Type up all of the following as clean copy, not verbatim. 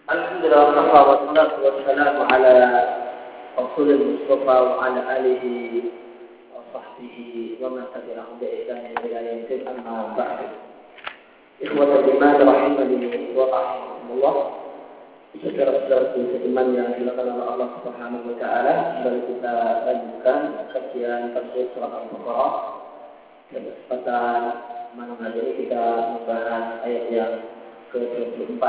Alhamdulillah wassalatu wassalamu ala Rasulil Mustafa wa ala alihi wa sahbihi wa man tabi'ahum bi ihsan ila yaumil din, amma ba'du. Ikhwatul iman rahimani wa rahimakumullah. Saudara-saudara seiman yang dimuliakan oleh Allah Subhanahu wa taala, kembali kita lanjutkan kajian tafsir surat Al-Baqarah. Pada kesempatan malam hari ini kita membahas ayat yang ke-24.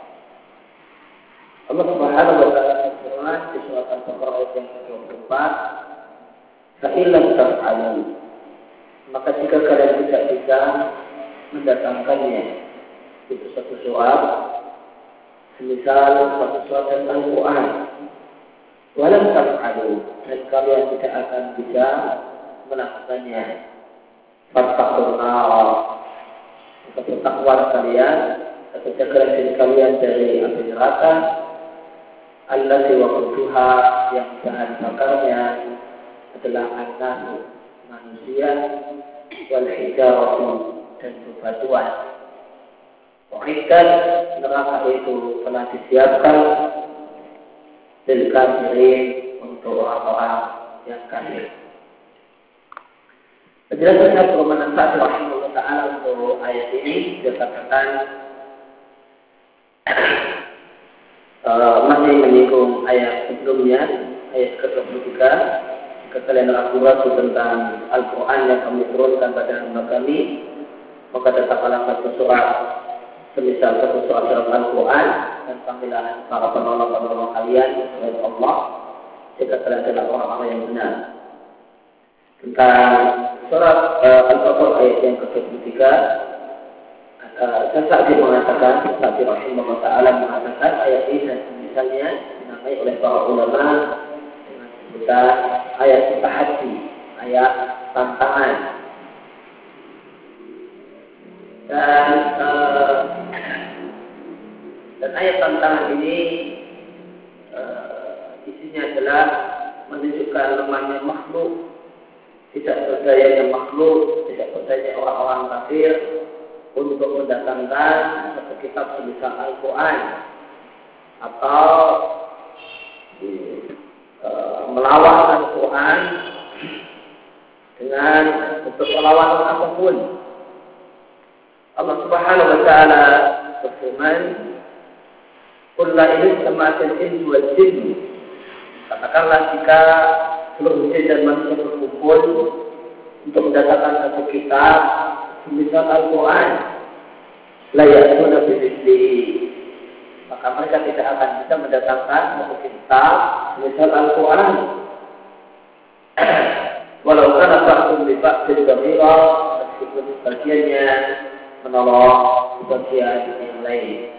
Allah Subhanahu wa taala berfirman di surat Al-Baqarah ayat yang ke-24, "Fa'illam taf'alu," maka jika kalian tidak bisa mendatangkannya, itu satu surat, semisal satu surat tentang Al-Quran, walam taf'alu, dan kalian tidak akan bisa melakukannya, fattaqullah, maka bertakwa kalian atau jagalah diri kalian dari api neraka, allati waquduha, yang bahan bakarnya adalah an-nas, manusia, wal hijaratu, dan bebatuan. Wa'iddat, neraka itu telah disiapkan lil kafirin, untuk orang-orang yang kafir. Penjelasan Ibnu Sa'd rahimahullah ta'ala untuk ayat ini dikatakan masih menyinggung ayat sebelumnya, ayat ke-23. Jika kalian ragu-ragu tentang Al-Quran yang kami turunkan pada hamba kami, maka tetaplah satu surat semisal satu surat dalam Al-Quran, dan panggilan para penolong-penolong kalian selain Allah, jika kalian adalah orang-orang yang benar. Tentang surat Al-Baqarah ayat yang ke-23, Sa'di mengatakan, Sa'di rahimahullah ta'ala mengatakan, ayat ini dan misalnya dinamai oleh para ulama dengan sebutan ayat tahaddi, ayat tantangan. Dan ayat tantangan ini isinya adalah menunjukkan lemahnya makhluk, tidak berdayanya makhluk, tidak berdayanya orang-orang kafir untuk mendatangkan satu kitab semisal Al-Quran atau melawan Al-Quran dengan bentuk perlawanan apapun. Allah Subhanahu wa taala berfirman, "Qul la ilaha illa jinn." Katakanlah, jika seluruh jin dan manusia berkumpul untuk mendatangkan satu kitab semisal Al-Quran, la ya'tuna bimithlihi, maka mereka tidak akan bisa mendatangkan satu kitab semisal Al-Quran. Walau kana ba'dhum li ba'dhin dhahira, meskipun sebagiannya menolong sebagian yang lain.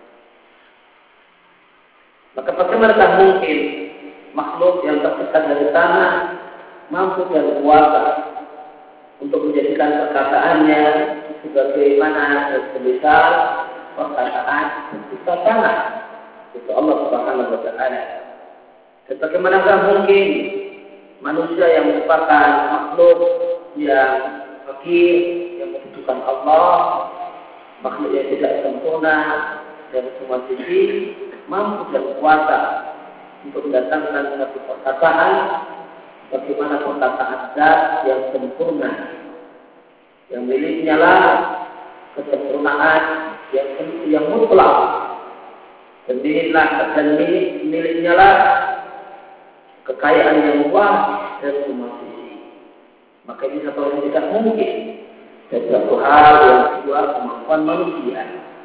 Maka bagaimana mungkin makhluk yang tercipta dari tanah mampu dan kuasa untuk menjadikan perkataannya sebagaimana semisal perkataan pencipta tanah, itu Allah Subhanahu wa taala. Dan bagaimanakah mungkin manusia yang merupakan makhluk yang fakir, yang membutuhkan Allah, makhluk yang tidak sempurna dari semua sisi, mampu dan kuasa untuk mendatangkan satu perkataan bagaimana perkataan zat yang sempurna, yang miliknya lah kesempurnaan yang mutlak, dan miliknya lah kekayaan yang luas dari semua sisi. Maka ini satu hal yang tidak mungkin, dan satu hal yang luar kemampuan manusia.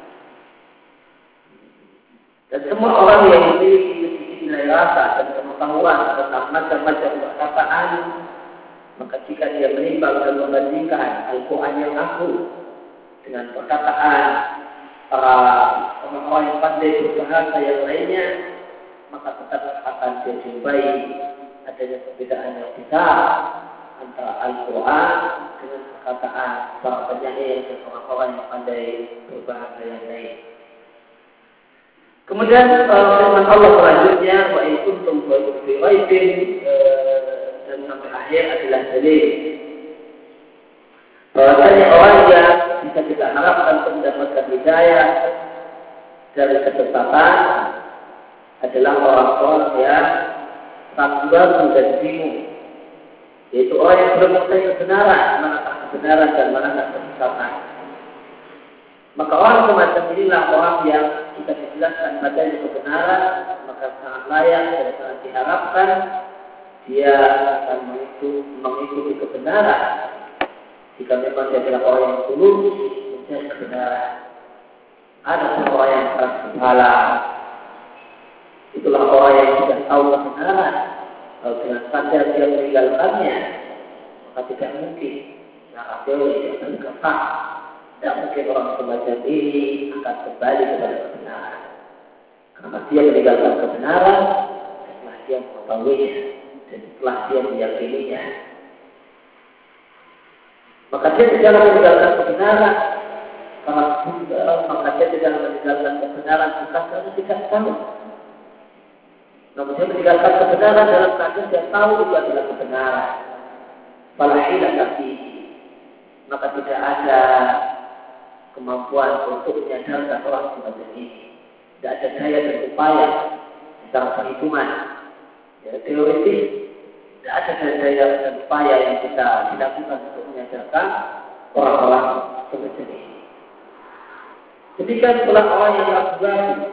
Dan semua orang yang memiliki nilai rasa dan pengetahuan tentang macam-macam perkataan, maka jika dia menimbang dan membandingkan Al-Quran yang aku dengan perkataan para orang-orang yang pandai berbahasa yang lainnya, maka tetap akan dia jumpai adanya perbedaan yang besar antara Al-Quran dengan perkataan para penyair dan orang-orang yang pandai berbahasa yang lain. Kemudian firman Allah selanjutnya, wa in kuntum fi raibin, dan sampai akhir adalah dalil bahwasanya orang yang bisa kita harapkan untuk mendapatkan hidayah dari kesesatan adalah orang-orang yang ragu-ragu dan bingung, yaitu orang yang belum mengetahui kebenaran, manakah kebenaran dan manakah kesesatan. Maka orang semacam inilah orang yang kita dijelaskan padanya kebenaran, maka sangat layak dan sangat diharapkan dia akan mengikuti kebenaran jika memang dia adalah orang yang tulus mencari kebenaran. Ada orang yang keras kepala, itulah orang yang sudah tahu kebenaran, kalau dengan sadar dia meninggalkannya, maka tidak mungkin secara teori akan kekal. Tidak mungkin orang semacam ini akan kembali kepada kebenaran, karena dia meninggalkan kebenaran setelah dia mengetahuinya dan setelah dia meyakininya. Maka dia tidak meninggalkan kebenaran, maka dia tidak meninggalkan kebenaran bukan karena tidak tahu. Namun dia meninggalkan kebenaran dalam keadaan dia tahu itu adalah kebenaran. Falahilah tapi maka tidak ada kemampuan untuk menyadarkan orang semacam ini. Tidak ada daya dan upaya secara perhitungan teoritis. Tidak ada daya dan upaya yang kita dilakukan untuk menyadarkan orang-orang semacam ini. Demikian pula orang yang ragu-ragu,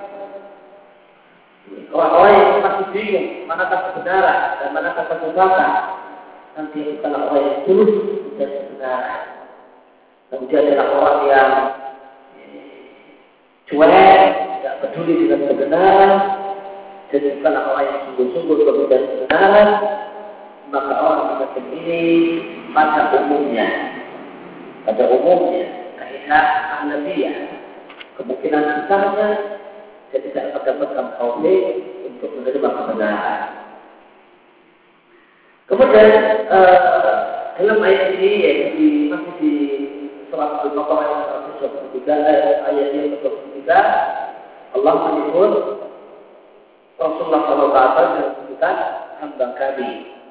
orang yang masih bingung manakah kebenaran dan manakah kesesatan, nanti bukanlah orang yang tulus dan kebenaran. Namun dia adalah orang yang cuek, tidak peduli dengan kebenaran, dan bukanlah orang yang sungguh-sungguh kebenaran kebenaran. Maka orang semacam ini pada umumnya kaidah Ahlabiyah, kemungkinan besarnya dia tidak mendapatkan taufik untuk menerima kebenaran. Kemudian dalam ayat ini yaitu masih di surat Al-Baqarah ayat 123 ayat yang ke-23 Allah menyebut Rasulullah SAW dan menyebutkan hamba kami.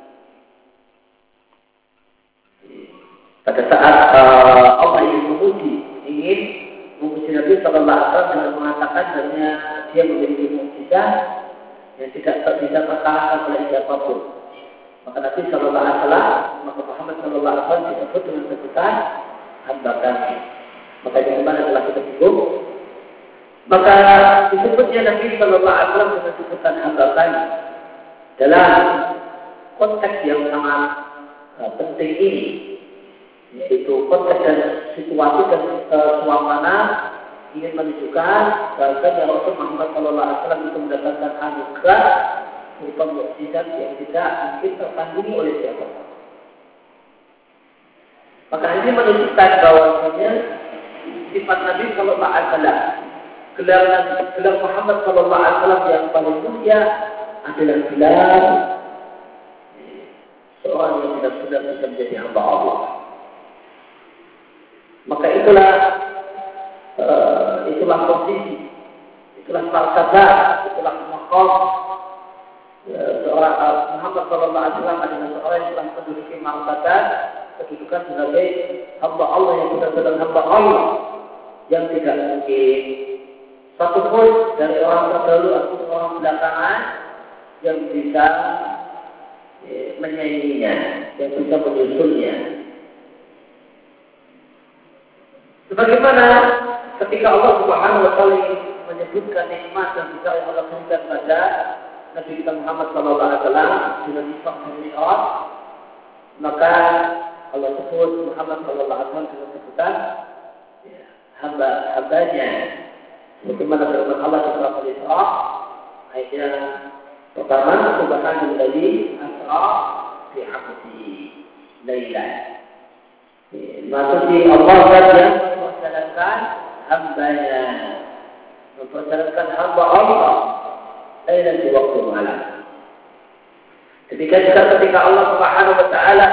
Pada saat Allah ingin memuji Nabi Sallallahu Alaihi Wasallam dengan mengatakan bahwa dia memiliki mukjizat yang tidak bisa terkalahkan oleh siapapun. Maka Nabi Sallallahu Alaihi Wasallam, maka Muhammad Sallallahu Alaihi Wasallam disebut dengan sebutan hamba kami. Maka bagaimana telah kita singgung? Maka disebutnya Nabi Sallallahu Alaihi Wasallam dengan sebutan hamba kami dalam konteks yang sangat penting ini, yaitu konteks dan situasi dan suasana ingin menunjukkan bahwa Rasul Muhammad Sallallahu Alaihi Wasallam itu mendapatkan anugerah berupa mukjizat yang tidak mungkin tertandingi oleh siapapun. Maka ini menunjukkan bahwasanya sifat Nabi Sallallahu Alaihi Wasallam, gelar Muhammad Sallallahu Alaihi Wasallam yang paling mulia adalah gelar seorang yang benar-benar bisa menjadi hamba Allah. Maka itulah posisi, itulah falsafah, itulah maqam seorang Muhammad Sallallahu Alaihi Wasallam adalah seorang yang telah menduduki martabat kedudukan sebagai hamba Allah yang benar-benar hamba Allah yang tidak mungkin satu pun dari orang terdahulu atau orang belakangan yang bisa menyainginya, yang bisa menyusulnya. Sebagaimana ketika Allah Subhanahu wa taala menyebutkan nikmat dan juga yang Allah berikan pada Nabi kita Muhammad sallallahu alaihi wasallam dengan Isra dan Mi'raj, maka Allah sebut Muhammad sallallahu alaihi wasallam dengan sebutan hamba-hambanya. Bagaimana firman Allah di surat Al-Isra ayat yang pertama, subhanalladzi asra bi 'abdihi lailan. Maksudnya Allah yang memperjalankan hambanya, memperjalankan hamba Allah lailan di waktu malam. Demikian juga ketika Allah Subhanahu wa taala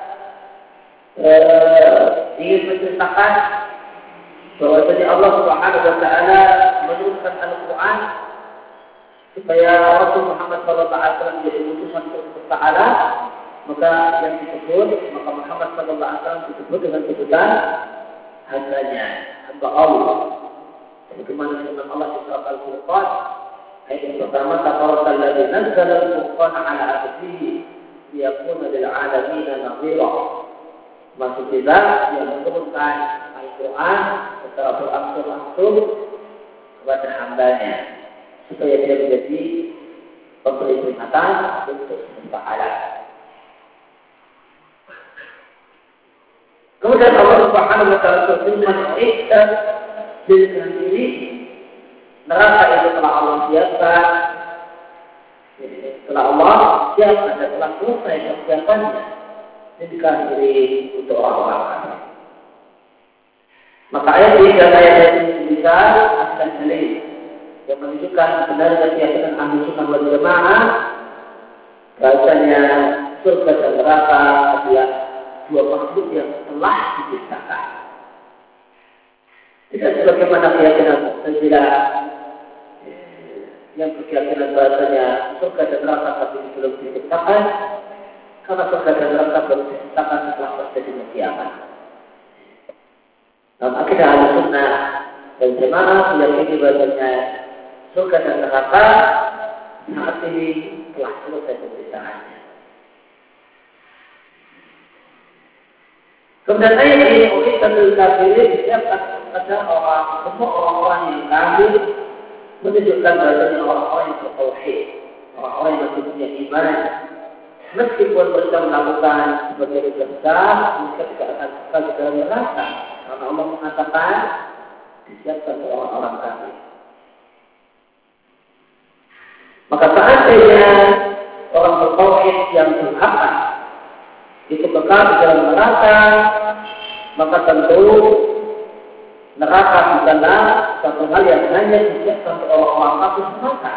ingin menceritakan bahwasanya Allah Subhanahu wa taala menurunkan Al-Qur'an supaya Rasul Muhammad sallallahu alaihi wasallam menjadi utusan Allah Taala, maka yang disebut maka Muhammad sallallahu alaihi wasallam disebut dengan sebutan hambanya, hamba Allah. Bagaimana firman Allah di surat Al-Furqan ayat yang pertama, tabarakal ladzi nazzala al-furqana 'ala 'abdihi liyakuna lil 'alamin nadhira. Maksudnya yang menurunkan Al-Quran secara berangsur-angsur kepada hambanya supaya dia menjadi pemberi peringatan untuk semesta alam. Kemudian Allah Subhanahu wa taala berfirman, "Iqtab bil kafirin." Neraka itu telah Allah siapkan. Setelah Allah siapkan dan telah selesai persiapannya dan kafirin untuk orang-orang kafir. Maka ayat ini dan ayat ini bisa asal dalil yang menunjukkan benarnya keyakinan ahli sunnah wal jamaah bahasanya surga dan neraka adalah dua makhluk yang telah diciptakan. Tidak sebagaimana keyakinan Mu'tazilah yang berkeyakinan bahasanya surga dan neraka tapi belum diciptakan, karena surga dan neraka belum diciptakan setelah terjadinya kiamat. Dalam akidah Ahlussunnah wal Jamaah meyakini bahasanya surga dan neraka saat ini telah selesai penciptaannya. Kemudian ayat ini uiddatul kafirin disiapkan kepada semua orang-orang yang kafir, menunjukkan bahasanya orang-orang yang bertauhid, orang-orang yang masih punya iman, meskipun mereka melakukan sebagai dosa besar, mereka tidak akan kekal di dalam neraka, karena Allah mengatakan disiapkan untuk orang-orang kafir. Maka seandainya orang bertauhid yang durhaka itu kekal di dalam neraka, maka tentu neraka bukanlah satu hal yang hanya disiapkan untuk orang-orang kafir semata.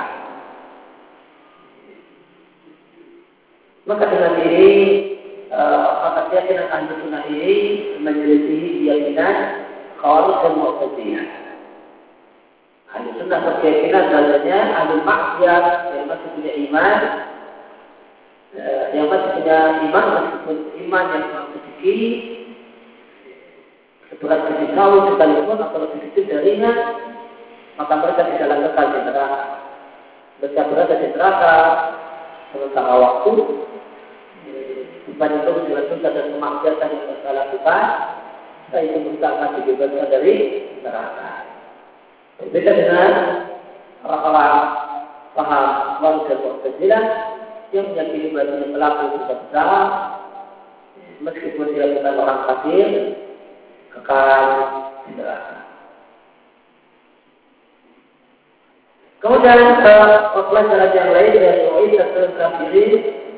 Maka dengan ini, maka keyakinan ahli sunnah ini menyelisihi keyakinan Khawarij dan Mu'tazilah. Ahli sunnah berkeyakinan bahasanya ahli maksiat yang masih punya iman, meskipun iman yang sedikit, seberat biji sawi sekalipun atau lebih kecil darinya, maka mereka tidaklah kekal di neraka. Mereka berada di neraka sementara waktu dibanding terus dengan dosa dan kemaksiatan yang mereka lakukan, setelah itu mereka akan dibebaskan dari neraka. Berbeda dengan orang-orang paham Khawarij dan Mu'tazilah yang meyakini bahwa pelaku dosa besar, meskipun dia bukan orang kafir, kekal di neraka. Kemudian pelajaran yang lain dari uiddatul kafirin,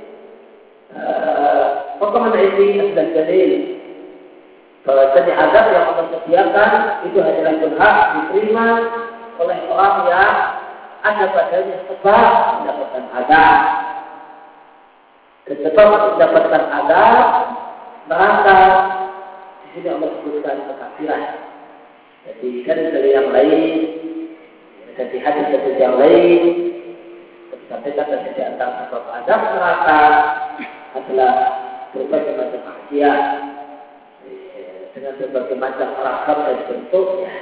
bagaimana ini adalah dalil bahwasanya azab yang Allah sediakan itu hanyalah berhak diterima oleh orang yang ada padanya sebab mendapatkan azab. Dan sebab mendapatkan azab neraka, di sini Allah sebutkan kekafiran. Jadi dari yang lain, dari hadis yang lain, disampaikan dari di antara sebab azab neraka adalah berbagai macam maksiat dengan berbagai macam ragam dan bentuknya.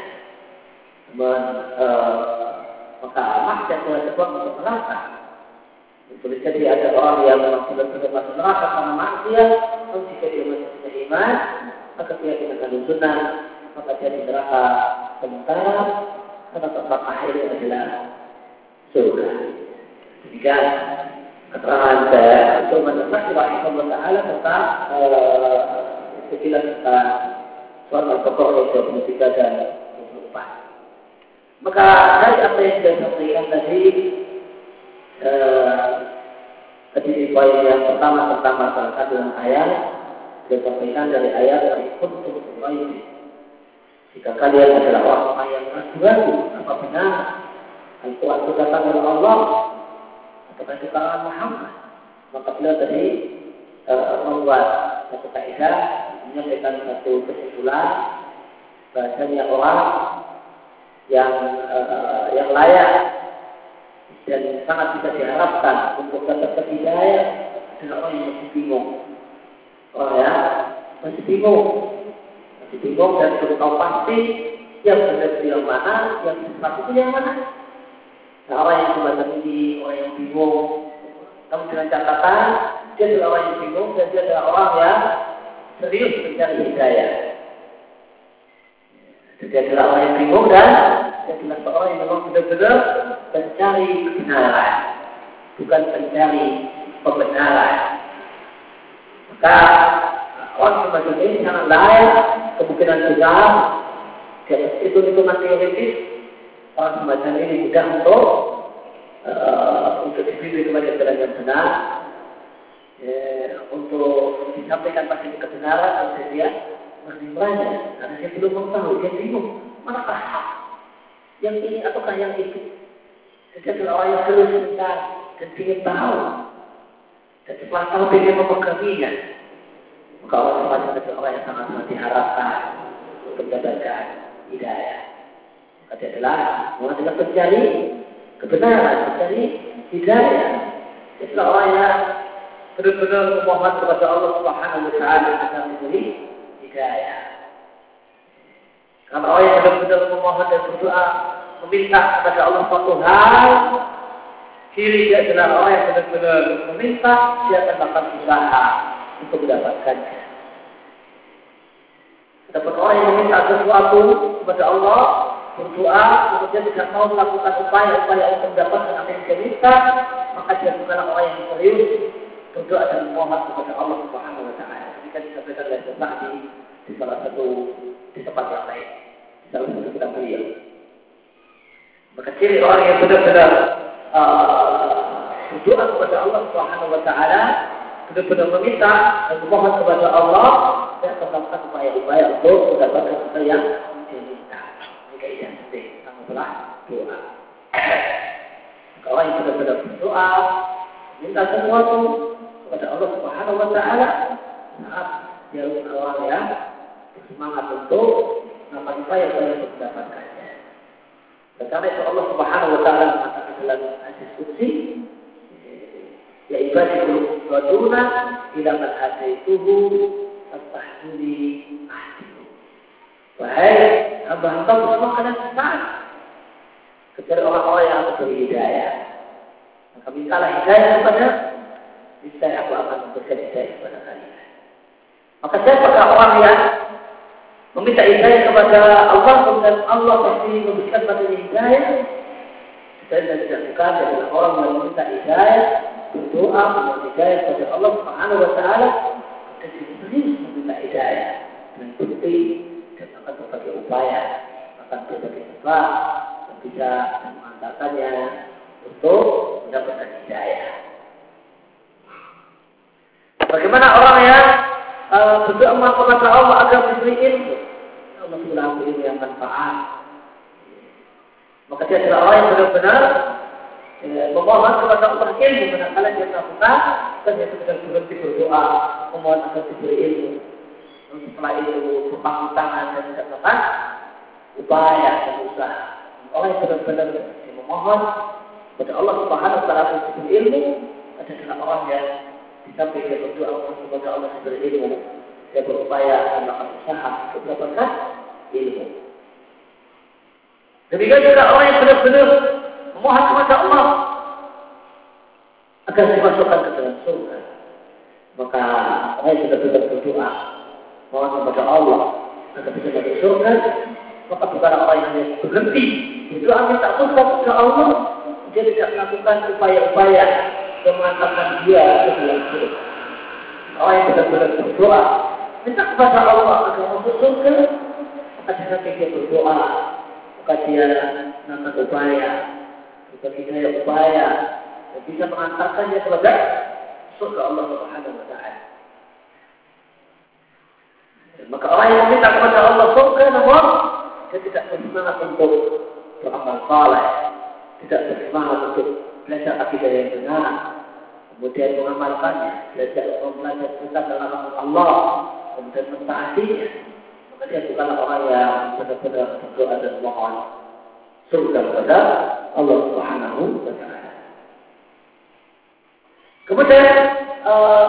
Maka maksiat adalah sebab masuk neraka. Boleh jadi ada orang yang benar-benar masuk neraka karena maksiat, atau jika dia masih punya iman, maka dia tidak akan sunnah, maka dia di neraka sementara, karena tempat akhirnya adalah surga. Demikian keterangan saya untuk menerima rahimahullah ta'ala tentang sekilas tentang soal al-Baqarah 23 dan 24. Maka dari apa yang sudah disampaikan tadi di poin yang pertama tentang masalah kandungan ayat, disampaikan dari ayat dari kuntum ini. Jika kalian adalah orang yang ragu-ragu apa benar Al-Quran itu datang dari Allah atau dari kalangan Muhammad, maka beliau tadi membuat satu kaidah, menyampaikan satu kesimpulan bahasanya orang yang layak dan sangat bisa diharapkan untuk dapat hidayah adalah orang yang masih bingung. Orang ya masih bingung dan belum tahu pasti yang benar itu yang mana, yang sesat itu yang mana. Nah, orang yang semacam ini, orang yang bingung, namun dengan catatan dia adalah orang yang bingung dan dia adalah orang yang serius mencari hidayah. Dia adalah orang yang bingung dan dia adalah seorang yang memang benar-benar mencari kebenaran, bukan mencari pembenaran. Maka orang semacam ini sangat layak, kemungkinan besar itu teoritis. Orang semacam ini mudah untuk dibimbing kepada jalan yang benar, untuk disampaikan pada kebenaran dan dia menerimanya. Karena dia belum mengetahui, dia bingung manakah hak, yang ini ataukah yang itu. Dia adalah orang yang terus mencari dan ingin tahu, dan setelah tahu dia ingin memeganginya. Maka orang semacam itu orang yang sangat diharapkan untuk mendapatkan hidayah. Maka dia adalah orang yang mencari kebenaran, mencari hidayah. Dia adalah orang yang benar-benar memohon kepada Allah Subhanahu wa Ta'ala agar diberi hidayah. Karena orang yang benar-benar memohon dan berdoa meminta kepada Allah suatu hal, ciri dia adalah orang yang benar-benar meminta, dia akan melakukan usaha untuk mendapatkannya. Dapat orang yang meminta sesuatu kepada Allah, berdoa, kemudian tidak mau melakukan upaya-upaya untuk mendapatkan apa yang dia minta, maka dia bukanlah orang yang serius berdoa dan memohon kepada Allah Subhanahu wa Ta'ala. Jika disampaikan oleh Sa'di di salah satu di tempat yang lain, di salah satu kitab beliau. Maka ciri orang yang benar-benar berdoa kepada Allah Subhanahu wa Ta'ala, benar-benar meminta dan memohon kepada Allah, dan melakukan upaya-upaya untuk mendapatkan apa yang diminta. Jika ia penting tentang masalah doa. Orang yang benar-benar berdoa, minta sesuatu kepada Allah Subhanahu wa Ta'ala, saat dia orang yang bersemangat untuk melakukan upaya-upaya untuk mendapatkannya. Dan karena itu Allah Subhanahu wa Ta'ala mengatakan dalam hadis qudsi, ya ibadul waduna ila man hadaituhu fastahduni ahdiku. Wahai hamba-hamba semua kalian sesat kepada orang-orang yang aku beri hidayah, maka mintalah hidayah kepada niscaya aku akan memberikan hidayah kepada kalian. Maka siapakah orang yang meminta hidayah kepada Allah dan Allah pasti memberikan padanya hidayah? Dan tidak bukan adalah orang yang meminta hidayah, berdoa meminta hidayah kepada Allah Subhanahu wa Ta'ala dan serius meminta hidayah dengan bukti dan akan berbagai upaya, akan berbagai sebab yang bisa mengantarkannya untuk mendapatkan hidayah. Bagaimana orang yang berdoa kepada Allah agar diberi ilmu? Allah bilang ilmu yang manfaat. Maka dia adalah orang yang benar-benar memohon kepada Allah ilmu. Manakala dia melakukan, dan dia benar berhenti berdoa, memohon agar diberi ilmu. Setelah itu berpangku tangan dan tidak melakukan upaya dan usaha. Orang yang benar-benar memohon kepada Allah Subhanahu wa Ta'ala untuk diberi ilmu adalah orang yang di samping dia berdoa kepada Allah diberi ilmu, dia berupaya dan melakukan usaha untuk mendapatkan ilmu. Demikian juga orang yang benar-benar memohon kepada Allah agar dimasukkan ke dalam surga. Maka orang yang benar-benar berdoa mohon kepada Allah agar bisa masuk surga, maka bukan orang yang berhenti berdoa minta surga kepada Allah, dia tidak melakukan upaya-upaya yang mengantarkan dia ke dalam surga. Orang yang benar-benar berdoa minta kepada Allah agar masuk surga, maka di samping dia berdoa, maka dia melakukan upaya, berbagai upaya yang bisa mengantarkannya kepada surga Allah Subhanahu wa Ta'ala. Maka orang yang minta kepada Allah surga, namun dia tidak bersemangat untuk beramal saleh, tidak bersemangat untuk belajar akidah yang benar, kemudian mengamalkannya, belajar tentang dalam Allah, kemudian mentaatinya. Maka dia bukanlah orang yang benar-benar berdoa dan mohon surga kepada Allah Subhanahu wa Ta'ala. Kemudian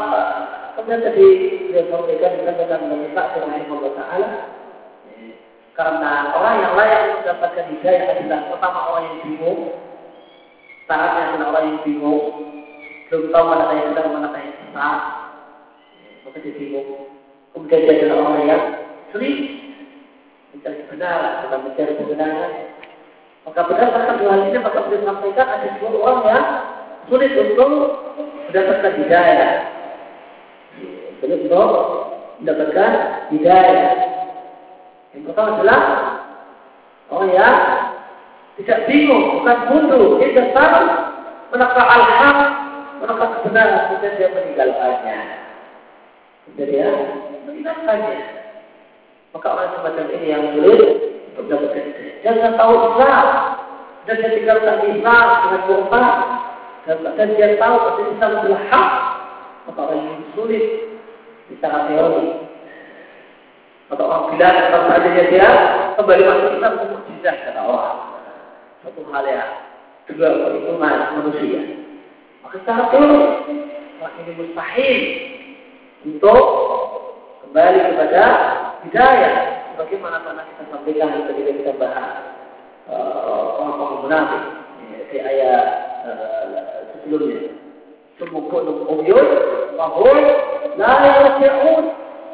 tadi beliau sampaikan tentang Nabi Sa'd rahimahullah Ta'ala Karena orang yang layak untuk mendapatkan hidayah adalah pertama orang yang bingung. Saatnya adalah orang yang bingung, belum tahu mana yang benar, mana yang salah, maka dia bingung. Kemudian dia adalah orang yang sering mencari kebenaran, bukan mencari kebenaran. Maka berdasarkan dua hal ini, maka boleh sampaikan ada dua orang yang sulit untuk mendapatkan hidayah. Sulit untuk mendapatkan hidayah. Yang pertama adalah orang yang tidak bingung, bukan bodoh, dia sudah tahu menakar al-haq, menakar kebenaran, kemudian dia meninggalkannya. Kemudian dia meninggalkannya. Maka orang semacam ini yang sulit untuk mendapatkan hidayah. Jangan tahu Islam, dan dia tinggalkan Islam dengan murtad, dan dia tahu bahwa Islam adalah hak, maka orang ini sulit secara teori. Atau orang bilang kalau seandainya dia kembali masuk Islam itu mukjizat kata orang. Satu hal yang juga perhitungan manusia. Maka secara teori orang ini mustahil untuk kembali kepada hidayah. Bagaimana pernah kita sampaikan ketika kita bahas orang-orang munafik di ayat sebelumnya. Semua pun umyun, wahum la yarji'un.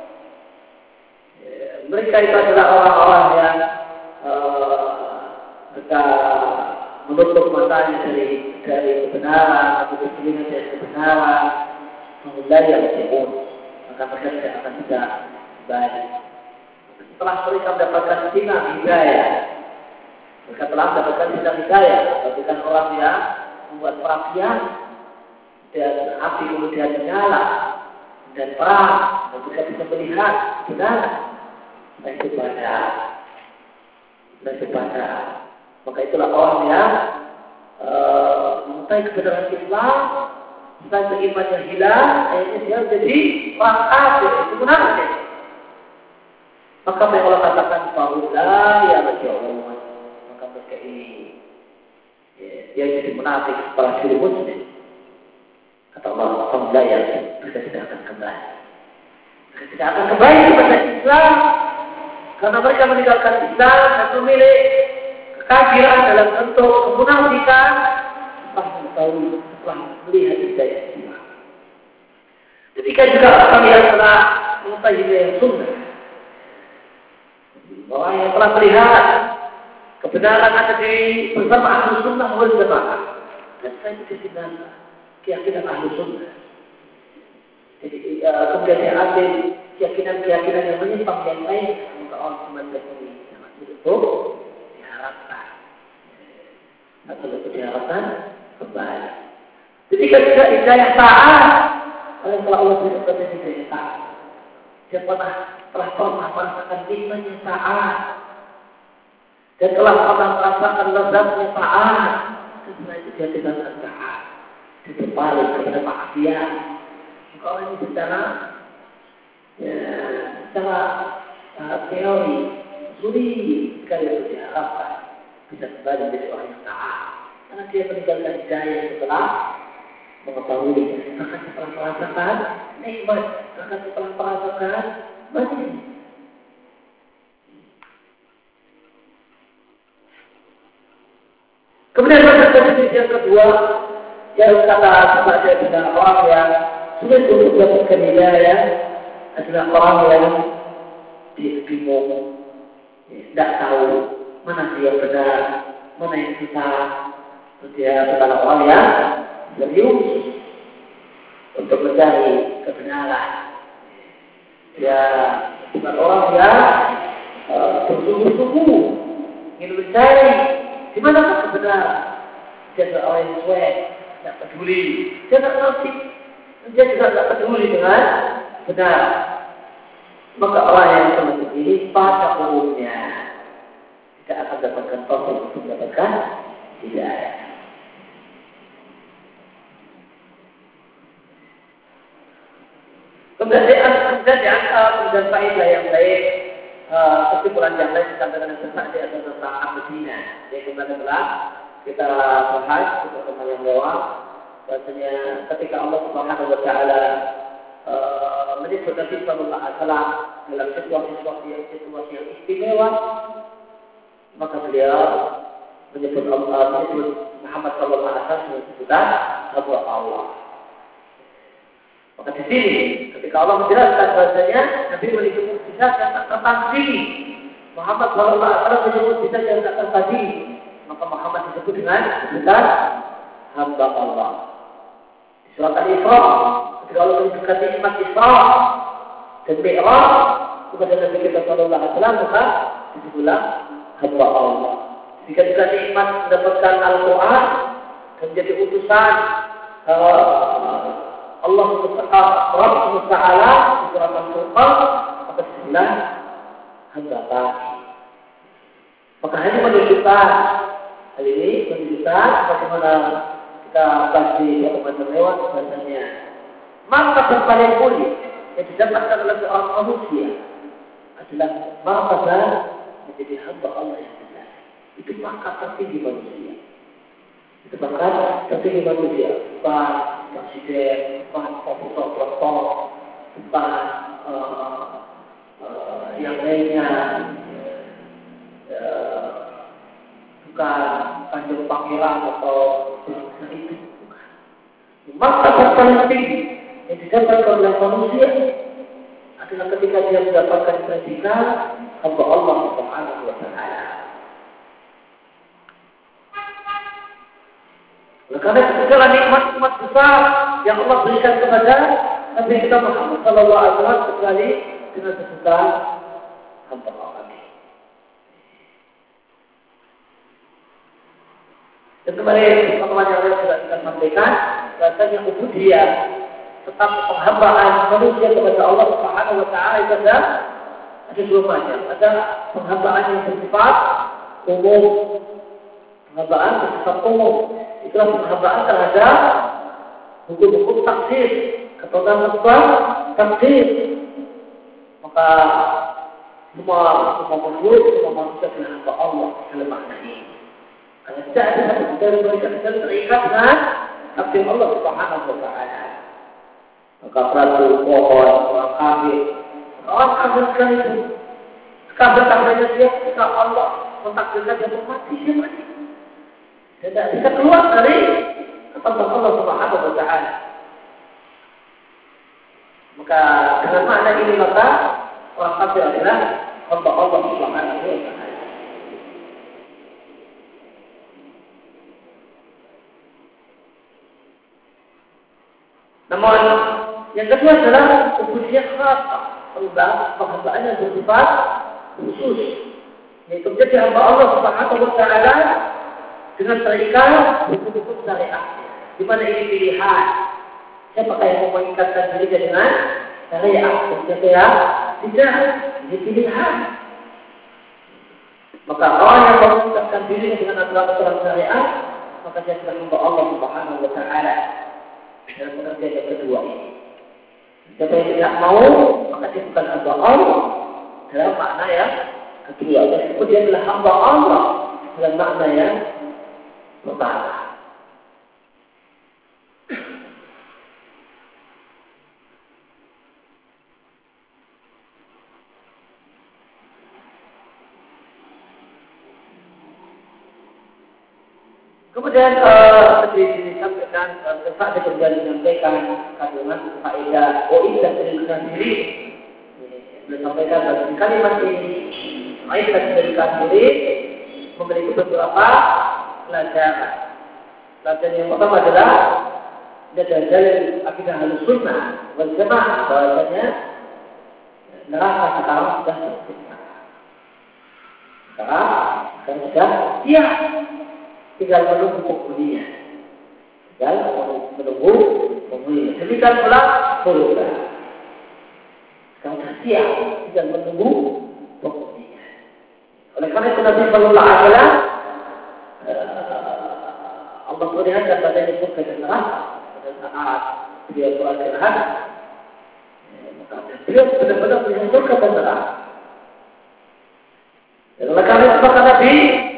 Mereka itu adalah orang-orang yang mereka menutup matanya dari kebenaran, atau telinga dari kebenaran, mulai yang jauh, maka mereka tidak akan bisa balik. Setelah mereka mendapatkan sinar hidayah, mereka telah mendapatkan sinar hidayah, bukan orang yang membuat perapian dan api kemudian menyala dan perang, dan mereka bisa melihat kebenaran. Itu pada maka itulah orang yang mengetahui kebenaran Islam, setelah imannya hilang, akhirnya dia menjadi orang kafir, itu munafik. Maka Allah katakan bahwa ya berjauh, maka mereka ini dia jadi munafik setelah jadi muslim. Kata Allah, bahwa ya mereka tidak akan kembali. Mereka tidak akan kembali kepada Islam. Karena mereka meninggalkan Islam dan memilih kekafiran dalam bentuk kemunafikan setelah mengetahui, setelah melihat hidayah Islam. Demikian juga orang yang telah mengetahui hidayah sunnah, orang yang telah melihat kebenaran ada di bersama ahlu sunnah wal jamaah, dan saya itu keyakinan ahlu sunnah. Jadi kemudian dia ambil keyakinan yang menyimpang yang lain. Orang semacam ini sangat itu diharapkan atau diharapkan kembali. Ketika juga hidayah taat, oleh Allah berikan hidayah taat. Dia telah pernah merasakan nikmatnya taat, dan telah pernah merasakan lezatnya taat. Setelah itu dia tinggalkan taat, dia berbalik kepada maksiat. Maka orang ini secara teori sulit sekali untuk diharapkan bisa kembali menjadi orang yang taat, karena dia meninggalkan hidayah setelah mengetahui, bahkan setelah merasakan nikmat, bahkan setelah merasakan mati. Kemudian jenis yang kedua, yang kata sebagai adalah orang yang sulit untuk mendapatkan hidayah adalah orang yang dia bingung, tidak tahu mana yang benar, mana yang salah. Dia adalah orang yang serius untuk mencari kebenaran. Dia bukan orang yang bersungguh-sungguh ingin mencari di mana kebenaran. Dia adalah orang yang cuek, tidak peduli. Dia tidak ngerti, dia juga tidak peduli dengan benar. Maka orang yang semacam ini pada umumnya tidak akan dapatkan taufik untuk mendapatkan hidayah. Kemudian kemudian faedah yang baik, kesimpulan yang lain disampaikan tentang dia tentang Medina. Jadi kemarin telah kita bahas untuk teman yang bawah, bahasanya ketika Allah Subhanahu Wa Taala menyebut Nabi Sallallahu Alaihi Wasallam dalam situasi yang istimewa, maka beliau menyebut Muhammad Sallallahu Alaihi Wasallam dengan sebutan hamba Allah. Maka di sini ketika Allah menjelaskan bahasanya Nabi memiliki mukjizat yang tak tertandingi, Muhammad Sallallahu Alaihi Wasallam memiliki mukjizat yang tak tertandingi, maka Muhammad disebut dengan sebutan hamba Allah. Di surat Al-Isra, ketika Allah menunjukkan nikmat Isra dan Mi'raj kepada Nabi kita Sallallahu Alaihi Wasallam, maka disebutlah hamba Allah. Jika juga nikmat mendapatkan Al-Quran dan menjadi utusan Allah Subhanahu wa Ta'ala di surat Al-Furqan, maka disebutlah hamba kami. Maka ini menunjukkan hal ini menunjukkan bagaimana kita bahas di pertemuan lewat bahasanya maka yang paling mulia yang didapatkan oleh seorang manusia adalah martabat menjadi hamba Allah yang benar. Itu pangkat tertinggi manusia. Itu pangkat tertinggi manusia. Bukan presiden, bukan profesor, bukan yang lainnya, bukan kanjeng pangeran atau bangsa itu. Bukan. Martabat paling tinggi yang didapatkan oleh manusia adalah ketika dia mendapatkan predikat hamba Allah Subhanahu wa Ta'ala. Karena itu segala nikmat-nikmat besar yang Allah berikan kepada Nabi kita Muhammad Sallallahu Alaihi Wasallam kecuali dengan sebutan hamba Allah. Dan kemarin teman-teman yang sudah kita sampaikan, bahasanya ubudiyah tetap penghambaan manusia kepada Allah Subhanahu wa Ta'ala itu ada dua macam. Ada penghambaan yang bersifat umum, penghambaan bersifat umum. Itulah penghambaan terhadap hukum-hukum takdir, ketentuan takdir. Maka semua makhluk, semua manusia adalah hamba Allah dalam makna ini. Karena tidak ada satu dari mereka yang terikat dengan takdir Allah Subhanahu wa Ta'ala. Maka batu, pohon, orang kafir sekali itu. Kafir-kafirnya dia ketika Allah mentakdirkan dia mati, dia mati. Dia tidak bisa keluar dari ketentuan Allah Subhanahu wa Ta'ala. Maka dengan makna ini maka orang kafir adalah hamba Allah Subhanahu wa Ta'ala. Namun yang kedua adalah ubudiyah khasah, penghambaan yang bersifat khusus, yaitu menjadi hamba Allah Subhanahu wa Ta'ala dengan terikat hukum-hukum syariat. Di mana ini pilihan? Siapakah yang mau mengikatkan diri dengan syariat? Siapa yang tidak? Ini pilihan. Maka orang yang mau mengikatkan diri dengan aturan syariat, maka dia adalah hamba Allah Subhanahu wa Ta'ala. Dalam pengertian yang kedua ini, siapa yang tidak mau maka dia bukan hamba Allah dalam makna yang kedua. Meskipun dia adalah hamba Allah dalam makna yang pertama. Kemudian disampaikan Pak Dr. menyampaikan kandungan faedah dan pendidikan diri. Beliau sampaikan bahwa kalimat ini faedah pendidikan diri memiliki beberapa pelajaran. Pelajaran yang pertama adalah dalil akidah Ahlussunnah wal Jamaah bahwasanya neraka sekarang sudah tercipta. Sekarang sudah siap. Tinggal menunggu penghuninya. Demikian pula surga. Sekarang siap, tinggal menunggu penghuninya. Oleh karena itu Nabi Sallallahu Alaihi Wasallam Allah perlihatkan padanya surga dan neraka pada saat beliau beristirahat. Beliau benar-benar melihat surga dan neraka. Dan oleh karena itu maka Nabi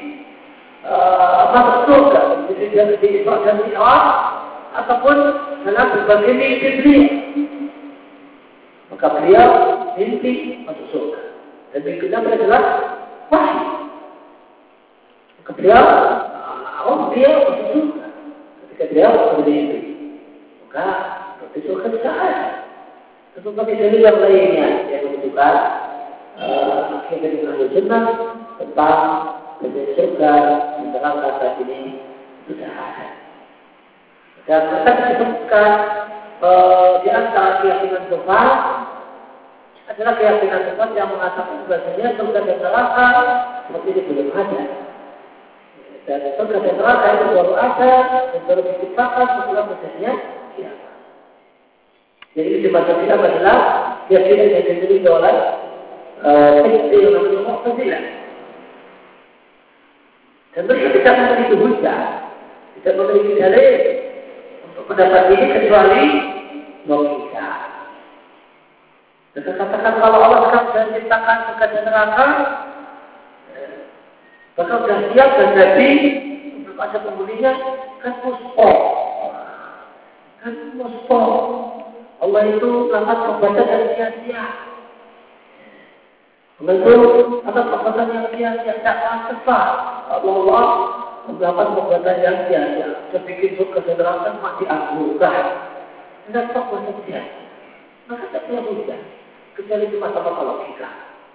masuk surga di Isra dan Mi'raj ataupun dalam berbagai mimpi beliau. Maka beliau mimpi masuk surga. Dan mimpinya adalah wahyu. Maka beliau masuk surga. Ketika beliau bermimpi, maka masuk surga bisa ada. Tetapi dari yang lainnya yang menunjukkan keyakinan Ahlussunnah tentang masuk surga dalam kata ini sudah ada. Dan akan disebutkan di antara keyakinan sesat adalah keyakinan sesat yang mengatakan bahasanya surga dan neraka seperti ini belum ada. Dan surga dan neraka itu baru ada dan baru diciptakan setelah prosesnya kiamat. Jadi di masa kita adalah keyakinan yang dimiliki oleh sekte yang namanya Mu'tazilah. Dan mereka tidak memiliki hujah, tidak memiliki dalil untuk pendapat ini kecuali logika. Mereka katakan kalau Allah sudah menciptakan surga dan neraka, maka sudah siap dan jadi untuk ada penghuninya kan muspok. Allah itu melakukan perbuatan yang sia-sia. Allah itu atas perbuatan yang sia-sia tidak tepat. Allah melakukan perbuatan yang sia-sia. Dia bikin surga dan neraka cuma diagungkan. Tidak tepat saja. Maka tidak punya hujah. Kecuali itu masa-masa logika.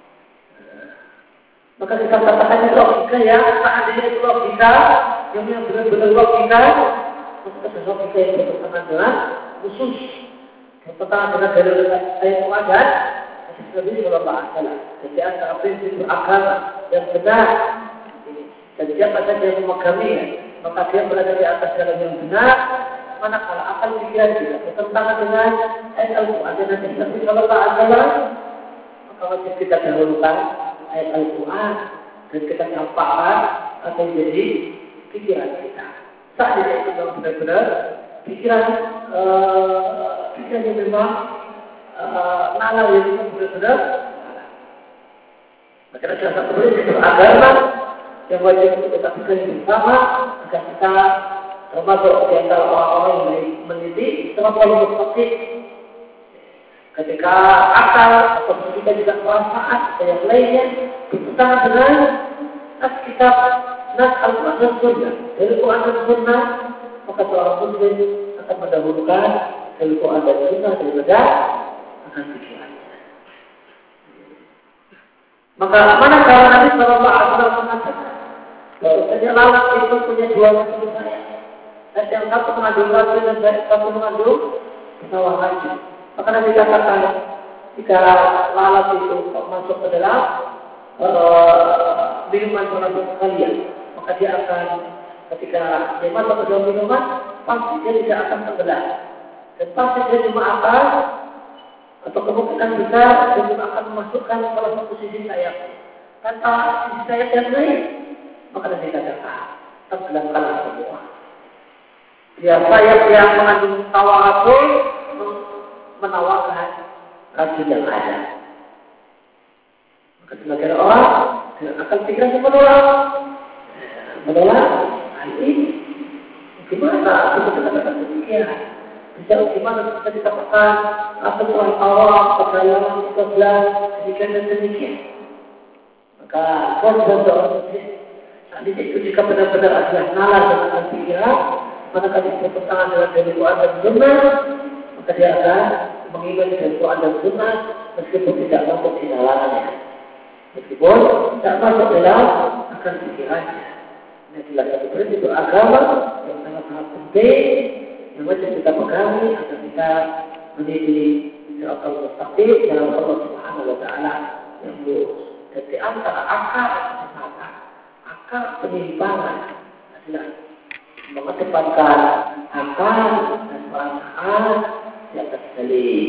Maka kita katakan itu logika ya. Seandainya itu logika yang benar-benar logika, maka ada logika yang bertentangan dengan khusus. Bertentangan dengan dalil ayat muadzat. Nabi Sallallahu Alaihi Wasallam. Jadi antara prinsip beragama yang benar dan siapa saja yang memegaminya, maka dia berada di atas jalan yang benar. Manakala akal pikiran juga bertentangan dengan ayat Al-Quran dan Nabi Sallallahu Alaihi Wasallam, maka wajib kita dahulukan ayat Al-Quran dan kita campakkan apa yang jadi pikiran kita. Saat itu benar-benar pikiran yang memang nalar yang benar-benar. Maka ada satu prinsip agama yang wajib kita pegang bersama agar kita termasuk di antara orang-orang yang meneliti terlalu mustaqim. Ketika akal atau kita juga perasaan atau yang lainnya bertentangan dengan nas kitab, nas Al-Quran dan Sunnah. Dari Quran dan Sunnah, maka seorang muslim akan mendahulukan dari Quran dan Sunnah daripada akan pikirannya. Maka mana kalau Nabi Sallallahu Alaihi Wasallam mengatakan bahwasanya lalat itu punya dua jenis saya. Dan yang satu mengandung racun dan satu mengandung pesawat racun. Maka Nabi katakan jika lalat itu masuk ke dalam minuman pengaruh kalian, maka dia akan ketika dia masuk ke dalam minuman, pasti dia tidak akan tenggelam. Dan pasti dia dimaafkan atau kemungkinan besar dia akan memasukkan salah satu sisi sayap tanpa sisi sayap yang lain. Maka Nabi katakan tenggelamkanlah semua. Dia sayap yang mengandung tawa pun menawarkan racun yang ada. Maka sebagian orang akan pikiran menolak hal ini. Gimana kita katakan demikian? Bisa gimana kita dikatakan apa Tuhan Allah kedalaman sebelah demikian dan demikian? Maka konsep seorang muslim saat itu jika benar-benar adalah nalar dengan pikiran, maka kali bertentangan dengan dari Quran dan Sunnah, maka dia akan mengimani dari Quran dan Sunnah meskipun tidak masuk di dalamnya, meskipun tidak masuk dalam akan pikirannya. Ini adalah satu prinsip agama yang sangat-sangat penting yang wajib kita pegangi agar kita menjadi siratal mustaqim dalam Allah Subhanahu Wa Taala yang lurus. Dan di antara akal kesesatan, akal penyimpangan adalah mengedepankan akal dan perasaan di atas dalil,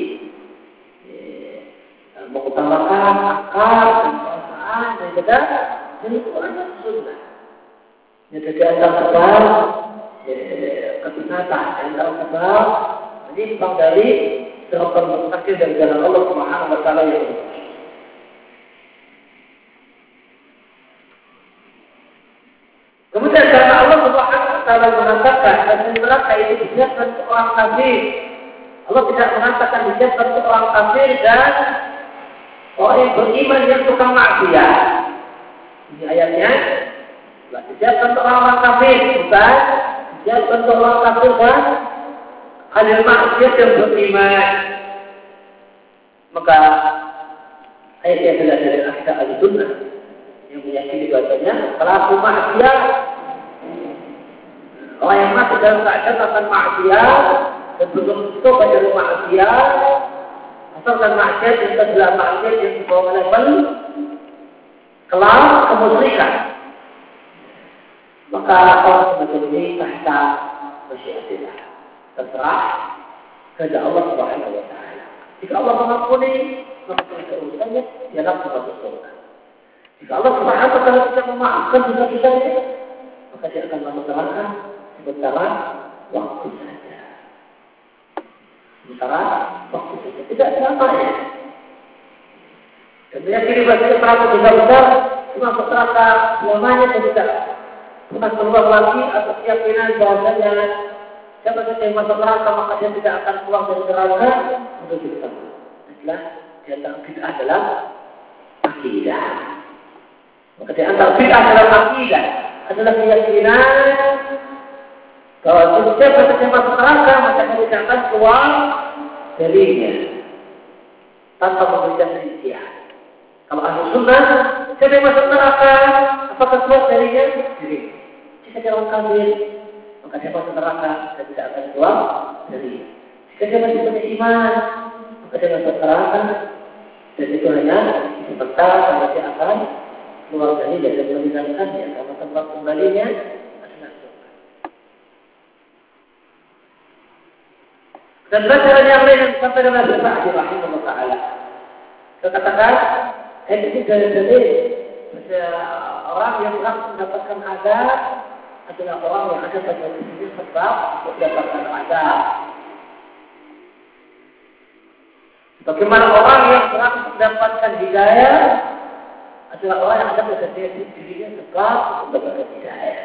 mengutamakan akal dan perasaan daripada dari Quran dan Sunnah. Jadi di antara sebab kesunatan, di antara sebab menyimpang dari siratal mustaqim dari jalan Allah Subhanahu Wa Taala yang lurus. Kemudian karena Allah Subhanahu Wa Taala mengatakan dan neraka itu disiapkan untuk orang kafir, Allah tidak mengatakan dijadikan untuk orang kafir dan orang yang beriman yang tukang maksiat. Ini ayatnya dijadikan untuk orang kafir, bukan dijadikan untuk orang kafir dan ahli maksiat yang beriman. Maka ayatnya adalah dari akidah Ahlussunnah yang meyakini bahwasanya pelaku maksiat, orang yang masuk dalam keadaan akan maksiat dan belum tobat dari maksiat, asalkan maksiat yang adalah maksiat yang dibawa level kelas kemusyrikan, maka orang semacam ini tahta masyiatillah, terserah kepada Allah Subhanahu wa taala. Jika Allah mengampuni, maka urusannya dia langsung masuk surga. Jika Allah Subhanahu wa taala tidak memaafkan dosa-dosanya, maka dia akan masuk neraka sementara waktu saja. Sementara waktu saja, tidak selamanya. Dan meyakini bahwa pelaku dosa besar masuk neraka selamanya dan tidak pernah keluar lagi, atau keyakinan bahwasanya siapa saja yang masuk neraka maka dia tidak akan keluar dari neraka, untuk kita. Adalah di antara bid'ah adalah akidah. Maka di antara bid'ah dalam akidah adalah keyakinan bahwa siapa saja yang masuk neraka maka dia tidak akan keluar darinya tanpa memberikan rincian. Kalau Ahlussunnah, siapa yang masuk neraka apakah keluar darinya? Diri. Jika dia orang kafir, maka dia masuk neraka dan tidak akan keluar darinya. Jika dia masih punya iman, maka dia masuk neraka dan itu hanya sebentar karena dia akan keluar dari dan meninggalkannya karena tempat kembalinya adalah surga. Dan pelajaran yang lain yang disampaikan oleh Sa'di rahimahullah taala, saya katakan ini dari orang yang telah mendapatkan azab adalah orang yang ada pada diri sebab untuk mendapatkan azab. Bagaimana orang yang telah mendapatkan hidayah adalah orang yang ada pada dirinya sebab untuk mendapatkan hidayah.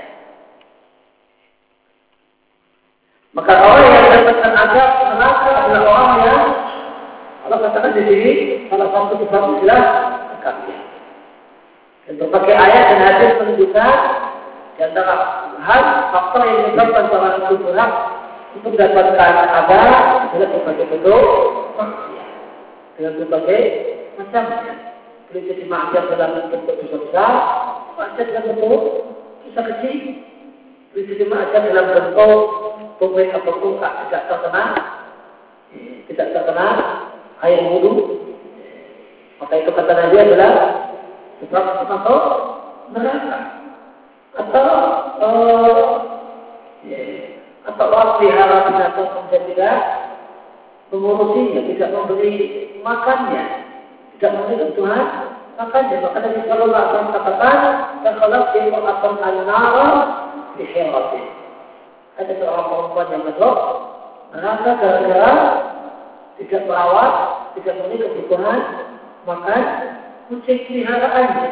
Maka orang yang mendapatkan azab neraka adalah orang yang Allah katakan di sini salah satu sebab adalah kekafiran. Dan berbagai ayat dan hadis menunjukkan di antara hal faktor yang menyebabkan seorang itu berat untuk mendapatkan azab adalah berbagai bentuk maksiat dengan berbagai macamnya. Boleh jadi maksiat dalam bentuk dosa besar, maksiat dalam bentuk dosa kecil, boleh jadi maksiat dalam bentuk pemilik atau tukar tidak terkena air wudu. Maka itu kata Nabi adalah sebab masuk neraka. Atau orang pelihara binatang kemudian tidak mengurusinya, tidak memberi makannya, tidak memberi kebutuhan makannya. Maka Nabi Sallallahu Alaihi Wasallam katakan, "Takhalaf imra'atun an-nara bi hiratin." Ada seorang perempuan yang masuk neraka gara-gara tidak merawat, tidak memberi kebutuhan makan kucing peliharaannya.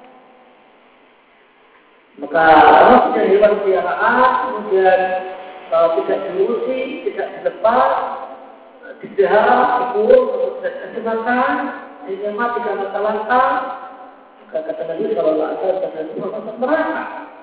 Maka kalau punya hewan peliharaan kemudian tidak diurusi, tidak dilepas, dipelihara, dikurung, tidak dikasih makan, sehingga mati karena talanta, maka kata Nabi Sallallahu Alaihi Wasallam itu masuk neraka.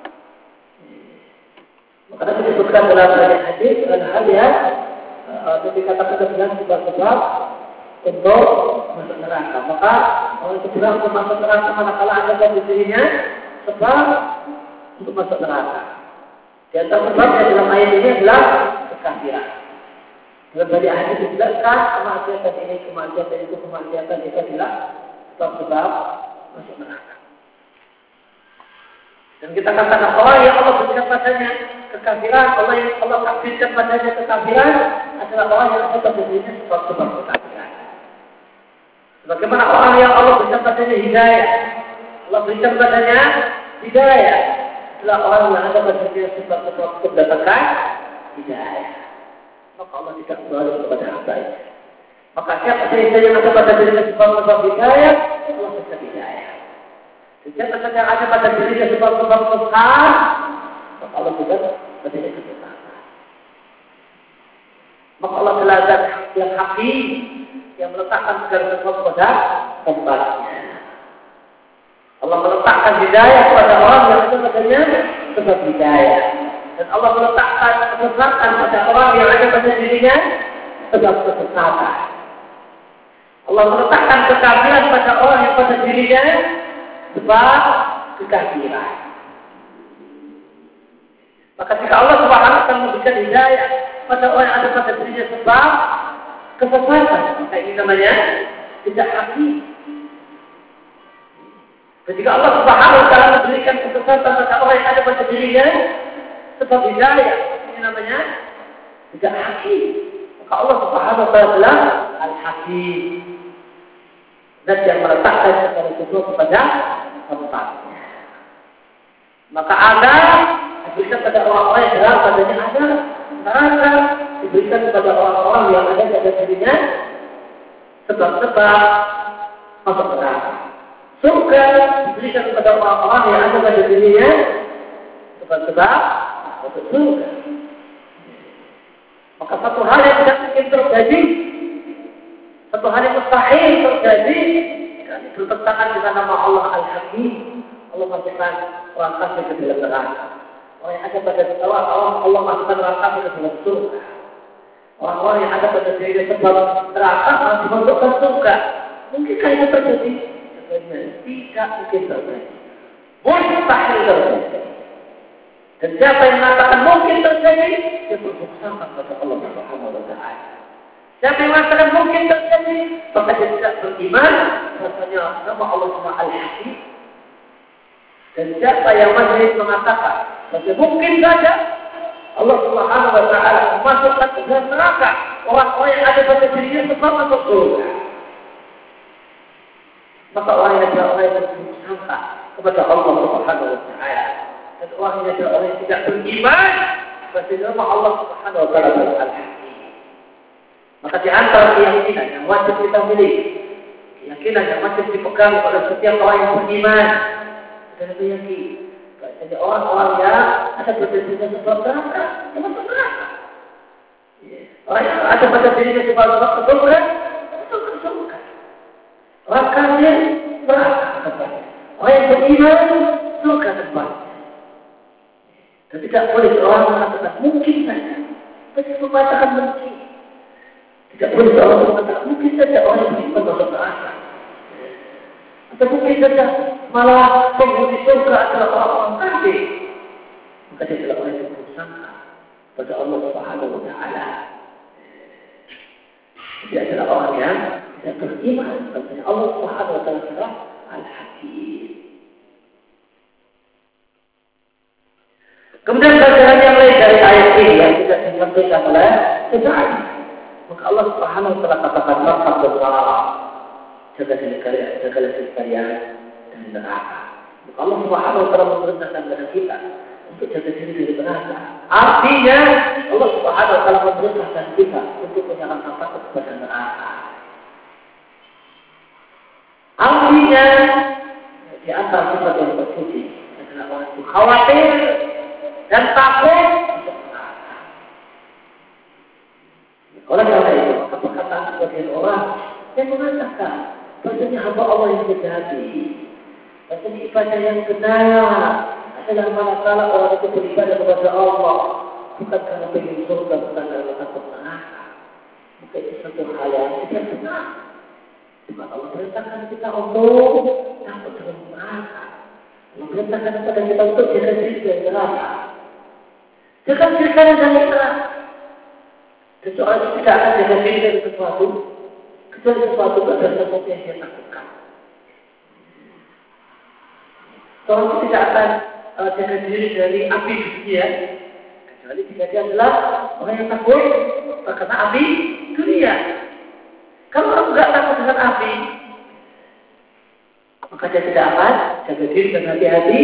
Maka Nabi disebutkan dalam banyak hadis hal yang dikatakan dengan sebab-sebab untuk masuk neraka. Maka orang itu bilang untuk masuk neraka manakala ada pada dirinya sebab untuk masuk neraka. Di antara sebabnya dalam ayat ini adalah kekafiran. Dalam banyak hadis dijelaskan kemaksiatan ini, kemaksiatan itu, kemaksiatan itu adalah sebab-sebab masuk neraka. Dan kita katakan orang yang Allah berikan padanya kekafiran, Allah yang Allah berikan padanya kekafiran adalah orang yang ada pada dirinya sebab-sebab kekafiran. Sebagaimana orang yang Allah berikan padanya hidayah, Allah berikan padanya hidayah adalah orang yang ada pada dirinya sebab-sebab mendapatkan hidayah. Maka Allah tidak berlalu kepada hambanya. Maka siapa saja yang ada pada dirinya sebab-sebab hidayah, Allah berikan hidayah. Siapa saja yang ada pada dirinya sebab-sebab sesat, maka Allah juga berikan kesesatan. Maka Allah telah yang hakim, yang meletakkan segala sesuatu pada tempatnya. Allah meletakkan hidayah kepada orang yang itu padanya sebab hidayah. Dan Allah meletakkan kesesatan pada orang yang ada pada dirinya sebab kesesatan. Allah meletakkan kekafiran pada orang yang pada dirinya sebab kekafiran. Maka jika Allah Subhanahu wa taala memberikan hidayah pada orang yang ada pada dirinya sebab kesesatan, maka ini namanya tidak hakim. Dan jika Allah Subhanahu wa taala memberikan kesesatan pada orang yang ada pada dirinya sebab hidayah, ini namanya tidak hakim. Maka Allah Subhanahu wa taala adalah Al-Hakim. Dan yang meletakkan segala sesuatu pada tempatnya. Maka ada diberikan pada orang-orang yang dalam padanya ada, neraka diberikan kepada orang-orang yang ada pada dirinya sebab-sebab masuk neraka. Surga diberikan kepada orang-orang yang ada pada dirinya sebab-sebab masuk surga. Maka satu hal yang tidak mungkin terjadi, satu hal yang mustahil terjadi, karena bertentangan dengan nama Allah Al-Hakim. Allah masukkan orang kafir ke dalam neraka. Orang yang ada pada Allah masukkan orang kafir ke dalam surga. Orang-orang yang ada pada diri sebab neraka dimasukkan surga. Mungkinkah itu terjadi? Tidak mungkin terjadi. Mustahil terjadi. Dan siapa yang mengatakan mungkin terjadi, dia berdusta kepada Allah Subhanahu wa taala. Siapa yang mengatakan mungkin terjadi, maka dia tidak beriman bahwasanya nama Allah Subhanahu Al-Hakim. Dan siapa yang masih mengatakan bahwa mungkin saja Allah Subhanahu wa taala memasukkan ke dalam neraka orang-orang yang ada pada dirinya sebab masuk surga, maka orang yang adalah orang yang bersangka kepada Allah Subhanahu wa taala. Dan orang yang adalah orang yang tidak beriman bahwa nama Allah Subhanahu wa taala adalah Al-Hakim. Maka di antara keyakinan yang wajib kita miliki, keyakinan yang wajib dipegang oleh setiap orang yang beriman, dan meyakini bahwa orang-orang yang ada pada dirinya sebab neraka, masuk neraka. Orang yang ada pada dirinya sebab surga, masuk surga. Orang kafir neraka tempatnya. Orang yang beriman surga tempatnya. Dan tidak boleh orang mengatakan mungkin saja. Begitu mengatakan mungkin. Tidak boleh orang mengatakan mungkin saja orang yang beriman masuk neraka. Atau mungkin saja malah penghuni surga adalah orang-orang kafir. Maka dia adalah orang yang bersangka pada Allah Subhanahu wa taala. Dia adalah orang yang tidak beriman kepada Allah Subhanahu wa taala adalah Al-Hakim. Kemudian pelajaran yang lain dari ayat ini yang tidak disampaikan oleh Tuhan. Maka Allah Subhanahu wa taala katakan marhab bersalah. Jaga sekalian dari neraka. Maka Allah Subhanahu wa taala memerintahkan kepada kita untuk jaga diri dari neraka. Artinya Allah Subhanahu wa taala memerintahkan kita untuk jangan takut kepada neraka. Artinya di antara sifat yang terpuji adalah orang itu khawatir dan takut untuk neraka. Oleh karena itu, perkataan sebagian orang yang mengatakan bahasanya hamba Allah yang sejati, bahasanya ibadah yang benar adalah manakala orang itu beribadah kepada Allah bukan karena ingin surga, bukan karena takut neraka. Maka itu satu hal yang tidak benar. Bukan Allah perintahkan kita untuk takut dengan neraka. Allah perintahkan kepada kita untuk jaga diri dari neraka. Jaga diri dari neraka. Dan soal itu tidak akan jaga diri dari sesuatu kecuali sesuatu adalah sesuatu yang dia takutkan. Seorang itu tidak akan jaga diri dari api dunia kecuali jika dia adalah orang yang takut terkena api dunia. Kalau orang tidak takut dengan api, maka dia tidak akan jaga diri dan hati-hati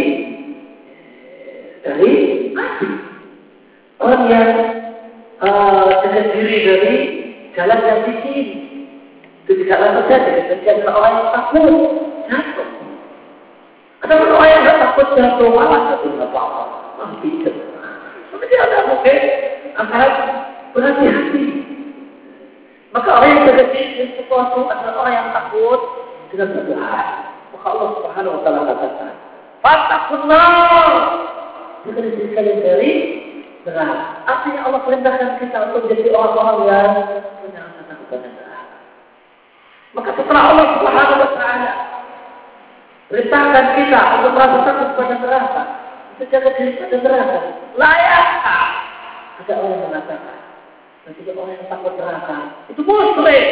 dari api. Orang yang jaga diri dari jalan yang licin itu tidaklah terjadi. Dan dia adalah orang yang takut jatuh. Ada orang yang tidak takut jatuh, malah jatuh tidak apa-apa, malah pijat. Maka dia tidak mungkin akan berhati-hati. Maka orang yang berkecil sesuatu adalah orang yang takut dengan berdoa. Maka Allah Subhanahu wa taala katakan, "Fattaqunnar." Berkecil kalian dari neraka. Artinya Allah perintahkan kita untuk menjadi orang-orang yang punya rasa takut pada neraka. Maka setelah Allah Subhanahu wa taala perintahkan kita untuk merasa takut pada neraka, untuk jaga diri pada neraka, layakkah ada orang yang mengatakan, ketika orang yang takut neraka itu musyrik.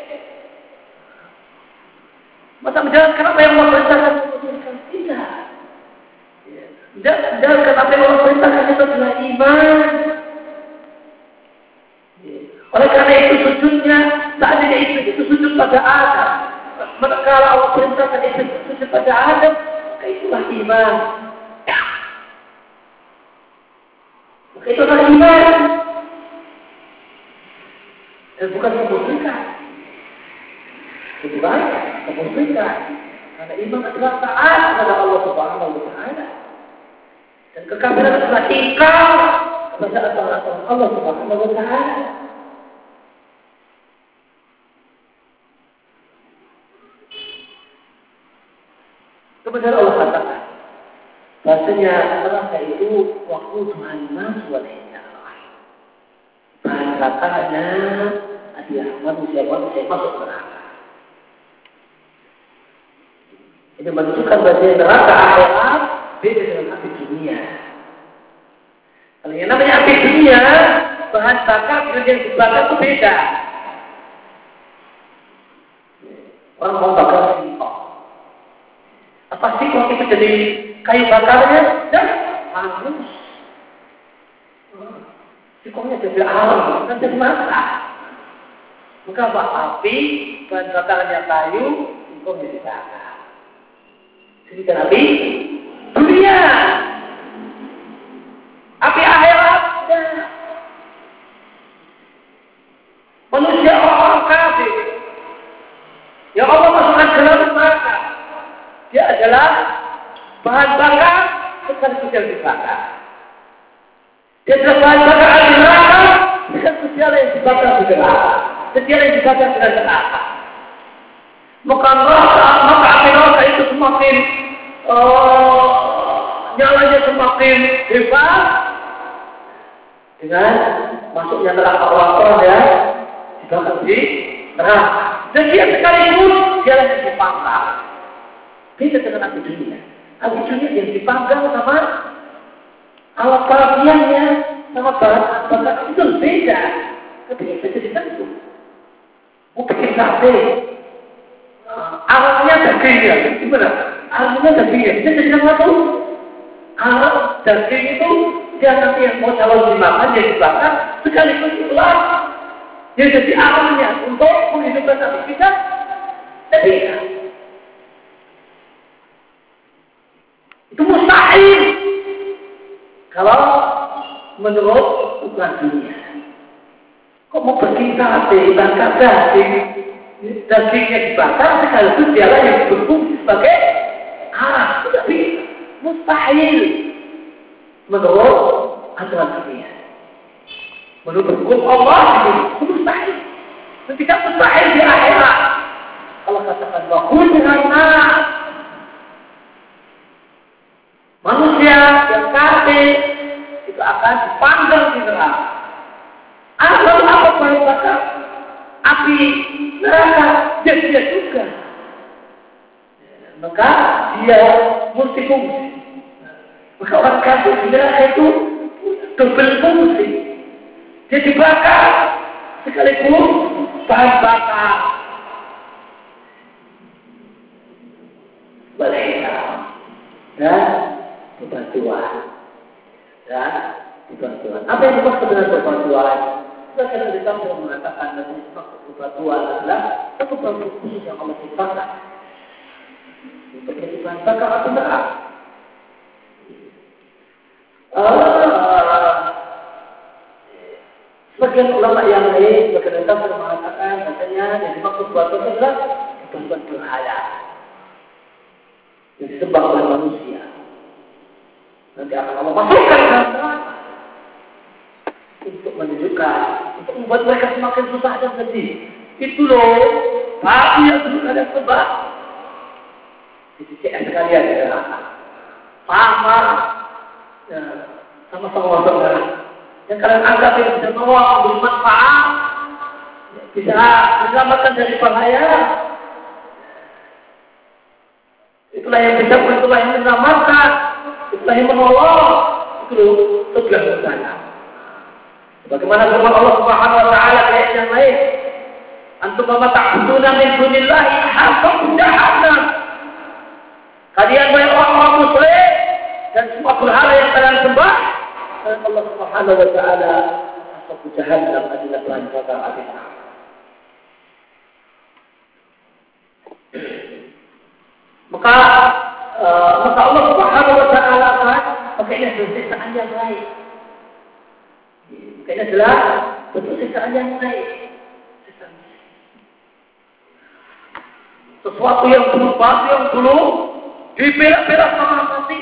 Masa menjalankan apa yang Allah perintahkan untuk tidak. Menjalankan apa yang Allah perintahkan itu adalah iman. Oleh karena itu sujudnya, seandainya itu sujud pada Adam, manakala Allah perintahkan itu sujud pada Adam, maka itulah iman. Maka itulah iman. Dan bukan kemusyrikan. Bukan kemusyrikan. Karena iman adalah taat kepada Allah Subhanahu wa taala. Dan kekafiran adalah ingkar kepada aturan Allah Subhanahu wa taala. Kemudian Allah katakan, bahasanya neraka itu waktu Tuhan wal hijarah. Bahan bakarnya adalah manusia masuk neraka. Ini menunjukkan bahwa neraka akhirat beda dengan api dunia. Kalau yang namanya api dunia, bahan bakar dengan yang dibakar itu beda. Orang mau bakar singkong. Apa singkong itu jadi kayu bakarnya? Dan hangus. Singkongnya jadi alam, kan jadi masak. Maka apa? Api, bahan bakarnya kayu, singkongnya dibakar. Jadi kan api dunia. Api akhirat. Manusia orang kafir. Ya Allah masukkan ke dalam neraka. Dia adalah bahan bakar sekaligus yang dibakar. Dia adalah bahan bakar ahli neraka sekaligus dia yang dibakar di neraka. Dia yang dibakar dengan neraka. Maka api neraka itu semakin nyalanya semakin hebat dengan masuknya neraka orang-orang ya dibakar di neraka. Dan dia sekaligus dia yang dipanggang. Beda dengan api dunia. Api dunia yang dipanggang sama alat perapiannya, sama bahan bakar itu beda. Tapi itu jadi tentu. Mau bikin sate, alatnya dagingnya, gimana? Alatnya dagingnya, bisa jadi satu. Alat daging itu dia nanti yang mau calon dimakan, dia dibakar, sekaligus itulah dia jadi alatnya untuk menghidupkan api kita. Tapi itu mustahil kalau menurut ukuran dunia. Kok mau bikin sate, bakar dagingnya dibakar sekaligus dialah yang berfungsi sebagai alat. Tidak bisa, mustahil menurut aturan dunia. Menurut hukum Allah itu mustahil. Dan tidak mustahil di akhirat. Allah katakan bahwa manusia yang kafir itu akan dipanggang di neraka. Apa bahan bakar api neraka dia juga. Maka dia multifungsi. Maka orang kafir di neraka itu double fungsi. Dia dibakar sekaligus bahan bakar. Dan bebatuan. Apa yang dimaksud dengan bebatuan? Sebagian dari kami yang mengatakan bahwa maksud bebatuan adalah satu produk khusus yang Allah ciptakan untuk kehidupan bakar atau neraka. Sebagian ulama yang lain, sebagian dari kami mengatakan bahasanya yang dimaksud bebatuan adalah bebatuan berhala yang disembah oleh manusia. Nanti akan Allah masukkan ke neraka. untuk menunjukkan, untuk membuat mereka semakin susah dan sedih. Itu loh, tapi yang dulu kalian sebab. Di sisi sekalian ya, sama, ya, sama-sama masuk neraka. Yang kalian anggap yang bisa menolong, memberi manfaat, ya, bisa menyelamatkan dari bahaya. Itulah yang bisa, itulah yang menyelamatkan, itulah yang menolong. Itu loh, sebelah sana. Bagaimana firman Allah Subhanahu wa taala ayat yang lain? Antum ma ta'buduna min dunillahi haqqan jahannam. Kalian banyak orang musyrik dan semua berhala yang kalian sembah, dan Allah Subhanahu wa taala haqqan jahannam adalah bahan bakar api neraka. Maka Allah Subhanahu wa taala maka ini adalah siksaan yang lain. Ini adalah bentuk siksaan yang lain. Sesuatu yang dulu dibela-bela sama mati.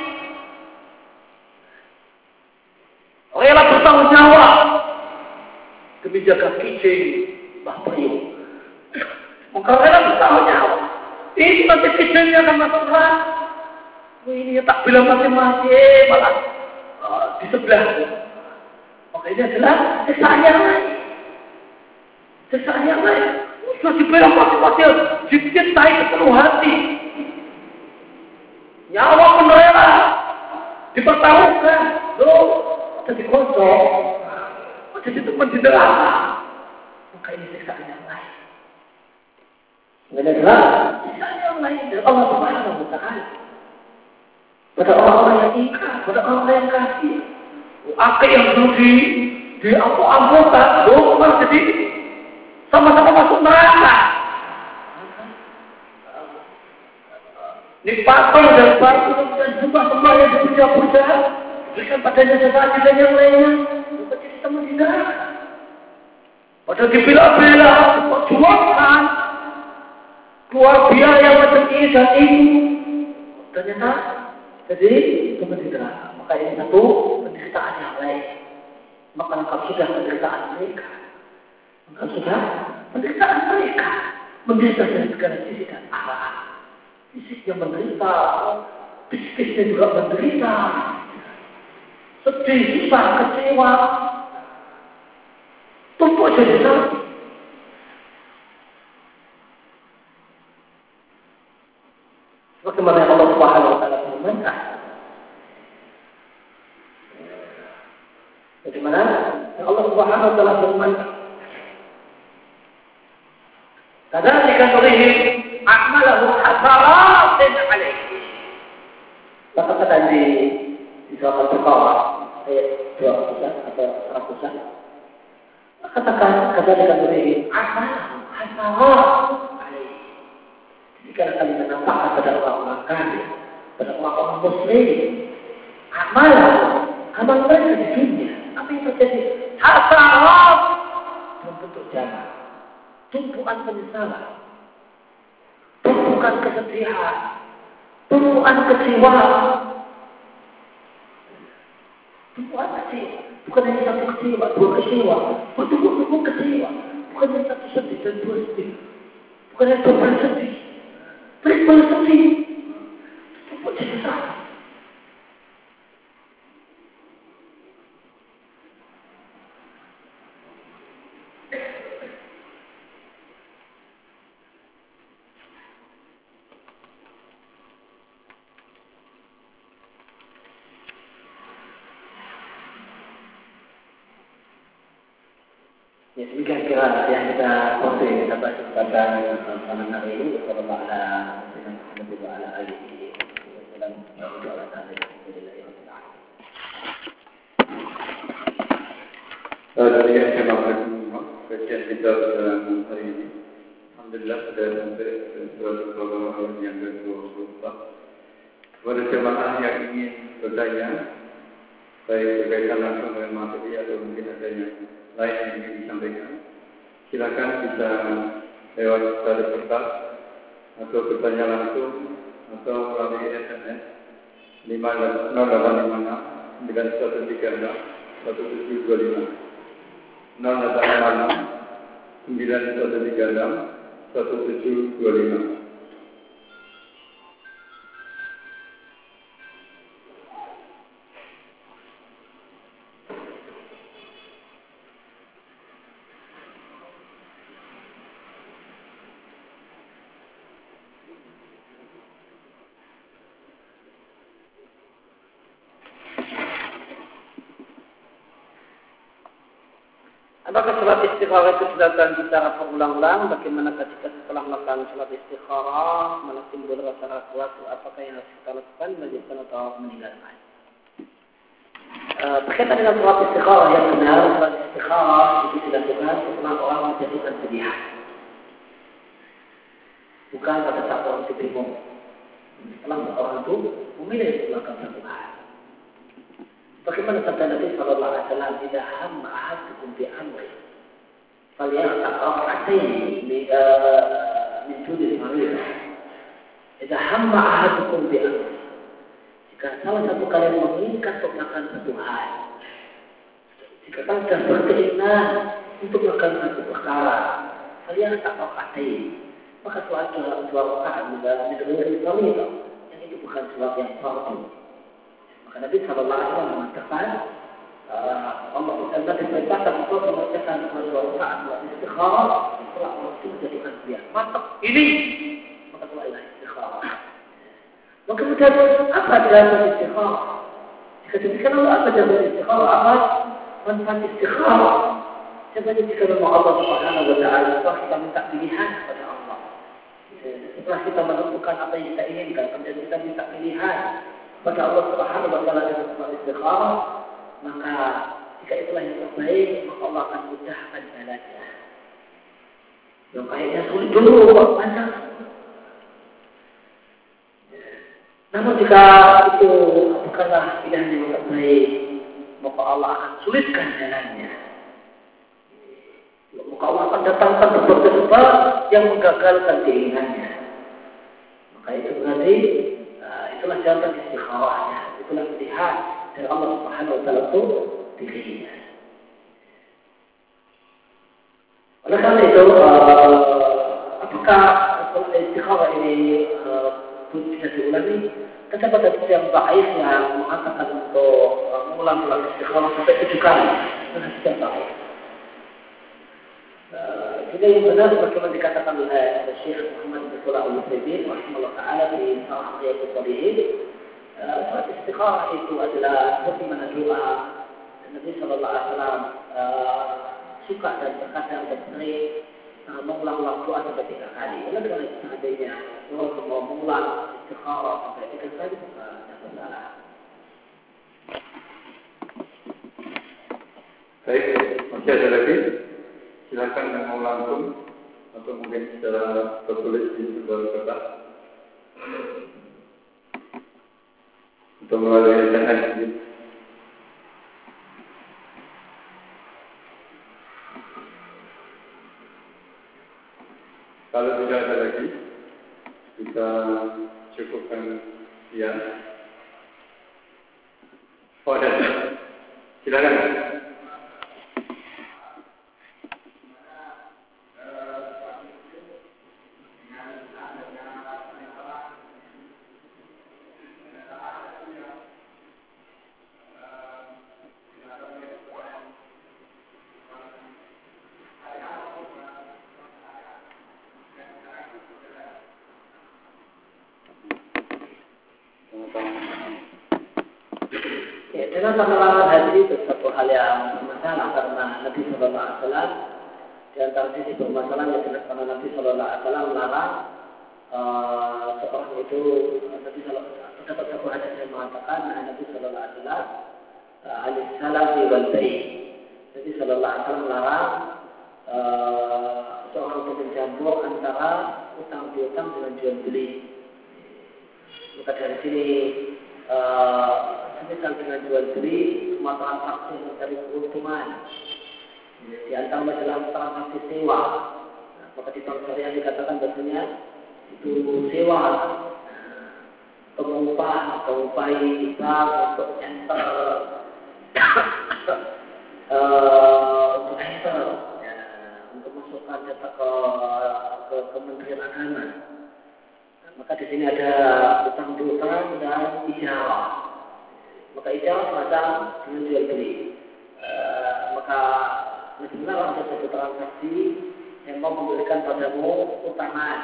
Rela bertanggung nyawa demi jaga kicing Bapak. Maka rela bertanggung nyawa. Ini nanti kicingnya akan masuk neraka. Ini tak bilang mati-mati, malah di sebelah. Maka ini adalah siksaan yang lain. Siksaan yang lain. Sudah dibela mati-mati, dicintai sepenuh hati. Nyawa pun rela dipertaruhkan. Loh, ada dikosong, ada di tempat di neraka. Maka ini siksaan yang lain. Ini adalah siksaan yang lain dari Allah Subhanahu wa taala. Pada orang-orang yang ingkar, pada orang-orang yang kafir. Akil yang dulu di ampukan, loh, jadi sama-sama masuk neraka. Ini patung dan batu dan sembah-sembah yang dipuja-puja, berikan padanya sesaji dan yang lainnya, bukan jadi teman di neraka. Padahal dibela-bela, perjuangkan, keluar biaya macam ini dan itu, ternyata jadi teman di neraka. Maka ini satu penderitaan yang lain. Maka lengkap sudah penderitaan mereka. Maka sudah penderitaan mereka. Menderita dari segala sisi dan arah. Fisiknya menderita, psikisnya juga menderita. Sedih, susah, kecewa. Tumpuk jadi sakit. Bagaimana Allah Subhanahu wa taala berfirman? Bagaimana Allah Subhanahu wa taala berfirman? Kadzalika nurihim a'malahum hasaratin 'alaihi. Maka kata di surah Al-Baqarah ayat 200 atau 100. Katakan kadzalika nurihim a'malahum hasaratin 'alaihi. Jika kami menampakkan pada orang-orang kafir, pada orang-orang muslim, amal mereka di dunia, apa yang terjadi? Hasarat bentuk jamak, tumpuan penyesalan, tumpukan kesedihan, tumpuan kecewa, tumpuan kecewa. Bukan hanya satu kecewa, dua kecewa, bertumpuk-tumpuk kecewa. Bukan hanya satu sedih dan dua sedih, bukan hanya dua sedih. Berikut sedih, tumpuk jadi satu. Ya, demikian kira yang kita posting dapat kesempatan malam hari ini. Wassalamualaikum warahmatullahi wabarakatuh. Demikian terima kasih kajian kita pada hari ini. Alhamdulillah sudah sampai surat yang ke-24. Kepada jemaah yang ingin bertanya, baik berkaitan langsung dengan materi atau mungkin ada yang lain yang ingin disampaikan, silakan bisa lewat tanda kertas atau bertanya langsung atau melalui SMS 0856 9136 1725. 0856 9136 1725. Apakah sholat istikharah itu dilakukan secara berulang-ulang? Bagaimana jika setelah melakukan sholat istikharah malah timbul rasa ragu-ragu? Apakah yang harus kita lakukan? Melanjutkan atau meninggalkan? Berkaitan dengan sholat istikharah yang benar, sholat istikharah itu dilakukan setelah orang menjatuhkan pilihan, bukan pada saat orang itu bingung. Setelah orang itu memilih melakukan satu hal. Bagaimana sabda Nabi Sallallahu Alaihi Wasallam, "Jika hamma ahadukum bi amri, falyaqta'atain min duni al-fariidah." Jika hamma ahadukum bi amri, jika salah satu kalian menginginkan untuk melakukan satu hal, jika kalian sudah berkeinginan untuk melakukan satu perkara, falyaqta'atain, maka dua rakaat menjadi fariidah, yang itu bukan sholat yang fardu. Maka Nabi Sallallahu Alaihi Wasallam mengatakan, Allah diperintahkan untuk mengerjakan dua rakaat sholat istikharah setelah waktu menjadikan dia mantap ini, maka sholat istikharah. Maka kemudian apa dalam istikharah? Jika demikian apa dalam istikharah? Apa manfaat istikharah? Sebenarnya jika memang Allah Subhanahu Wa Taala setelah kita minta pilihan kepada Allah, setelah kita menentukan apa yang kita inginkan, kemudian kita minta pilihan pada Allah Subhanahu Wa Taala dengan sholat istikharah, maka jika itulah yang terbaik, maka Allah akan mudahkan jalannya. Yang kayaknya sulit dulu, panjang. Namun jika itu bukanlah pilihan yang terbaik, maka Allah akan sulitkan jalannya. Maka Allah akan datangkan berbagai sebab yang menggagalkan keinginannya. Maka itu berarti itulah jalan istikharahnya, itulah pilihan dari Allah Subhanahu Wa Taala untuk dirinya. Oleh karena itu, apakah sholat istikharah ini bisa diulangi? Terdapat hadis yang dhaif yang mengatakan untuk mengulang sholat istikharah sampai 7 kali. Itu hadis yang dhaif. Juga yang benar bagaimana dikatakan oleh Syekh Muhammad bin Shalih Al-Utsaimin rahimahullah taala di Syarah Riyadhus Shalihin, sholat istikharah itu adalah bagaimana doa Nabi Sallallahu Alaihi Wasallam suka dan terkadang sering mengulang-ulang doa sampai 3 kali. Oleh karena itu seandainya orang mau mengulang istikharah sampai 3 kali tidak masalah. Baik, masih ada lagi? Silakan yang mau langsung atau mungkin secara tertulis di sebuah kertas untuk melalui SMS. Kalau tidak ada lagi, kita cukupkan sekian. Oh, ada. Silakan. Dengan pengenalan haji itu satu hal yang bermasalah karena Nabi Sallallahu Alaihi Wasallam di antara sisi permasalahan yang dilakukan Nabi Sallallahu Alaihi Wasallam melarang seorang itu Nabi terdapat satu hadis yang mengatakan Nabi Sallallahu Alaihi Wasallam al-salami wal bay'. Nabi Sallallahu Alaihi Wasallam melarang seorang untuk mencampur antara utang piutang dengan jual beli. Maka dari sini semisal dengan jual beli semua transaksi mencari keuntungan di antara dalam transaksi sewa, maka di tahun syariah dikatakan bahasanya itu sewa pengupah atau upai bank untuk enter ajaran agama. Maka di sini ada utang piutang dan ijarah. Maka ijarah semacam dengan jual beli. Maka lebih benar ada satu transaksi yang mau memberikan padamu utangan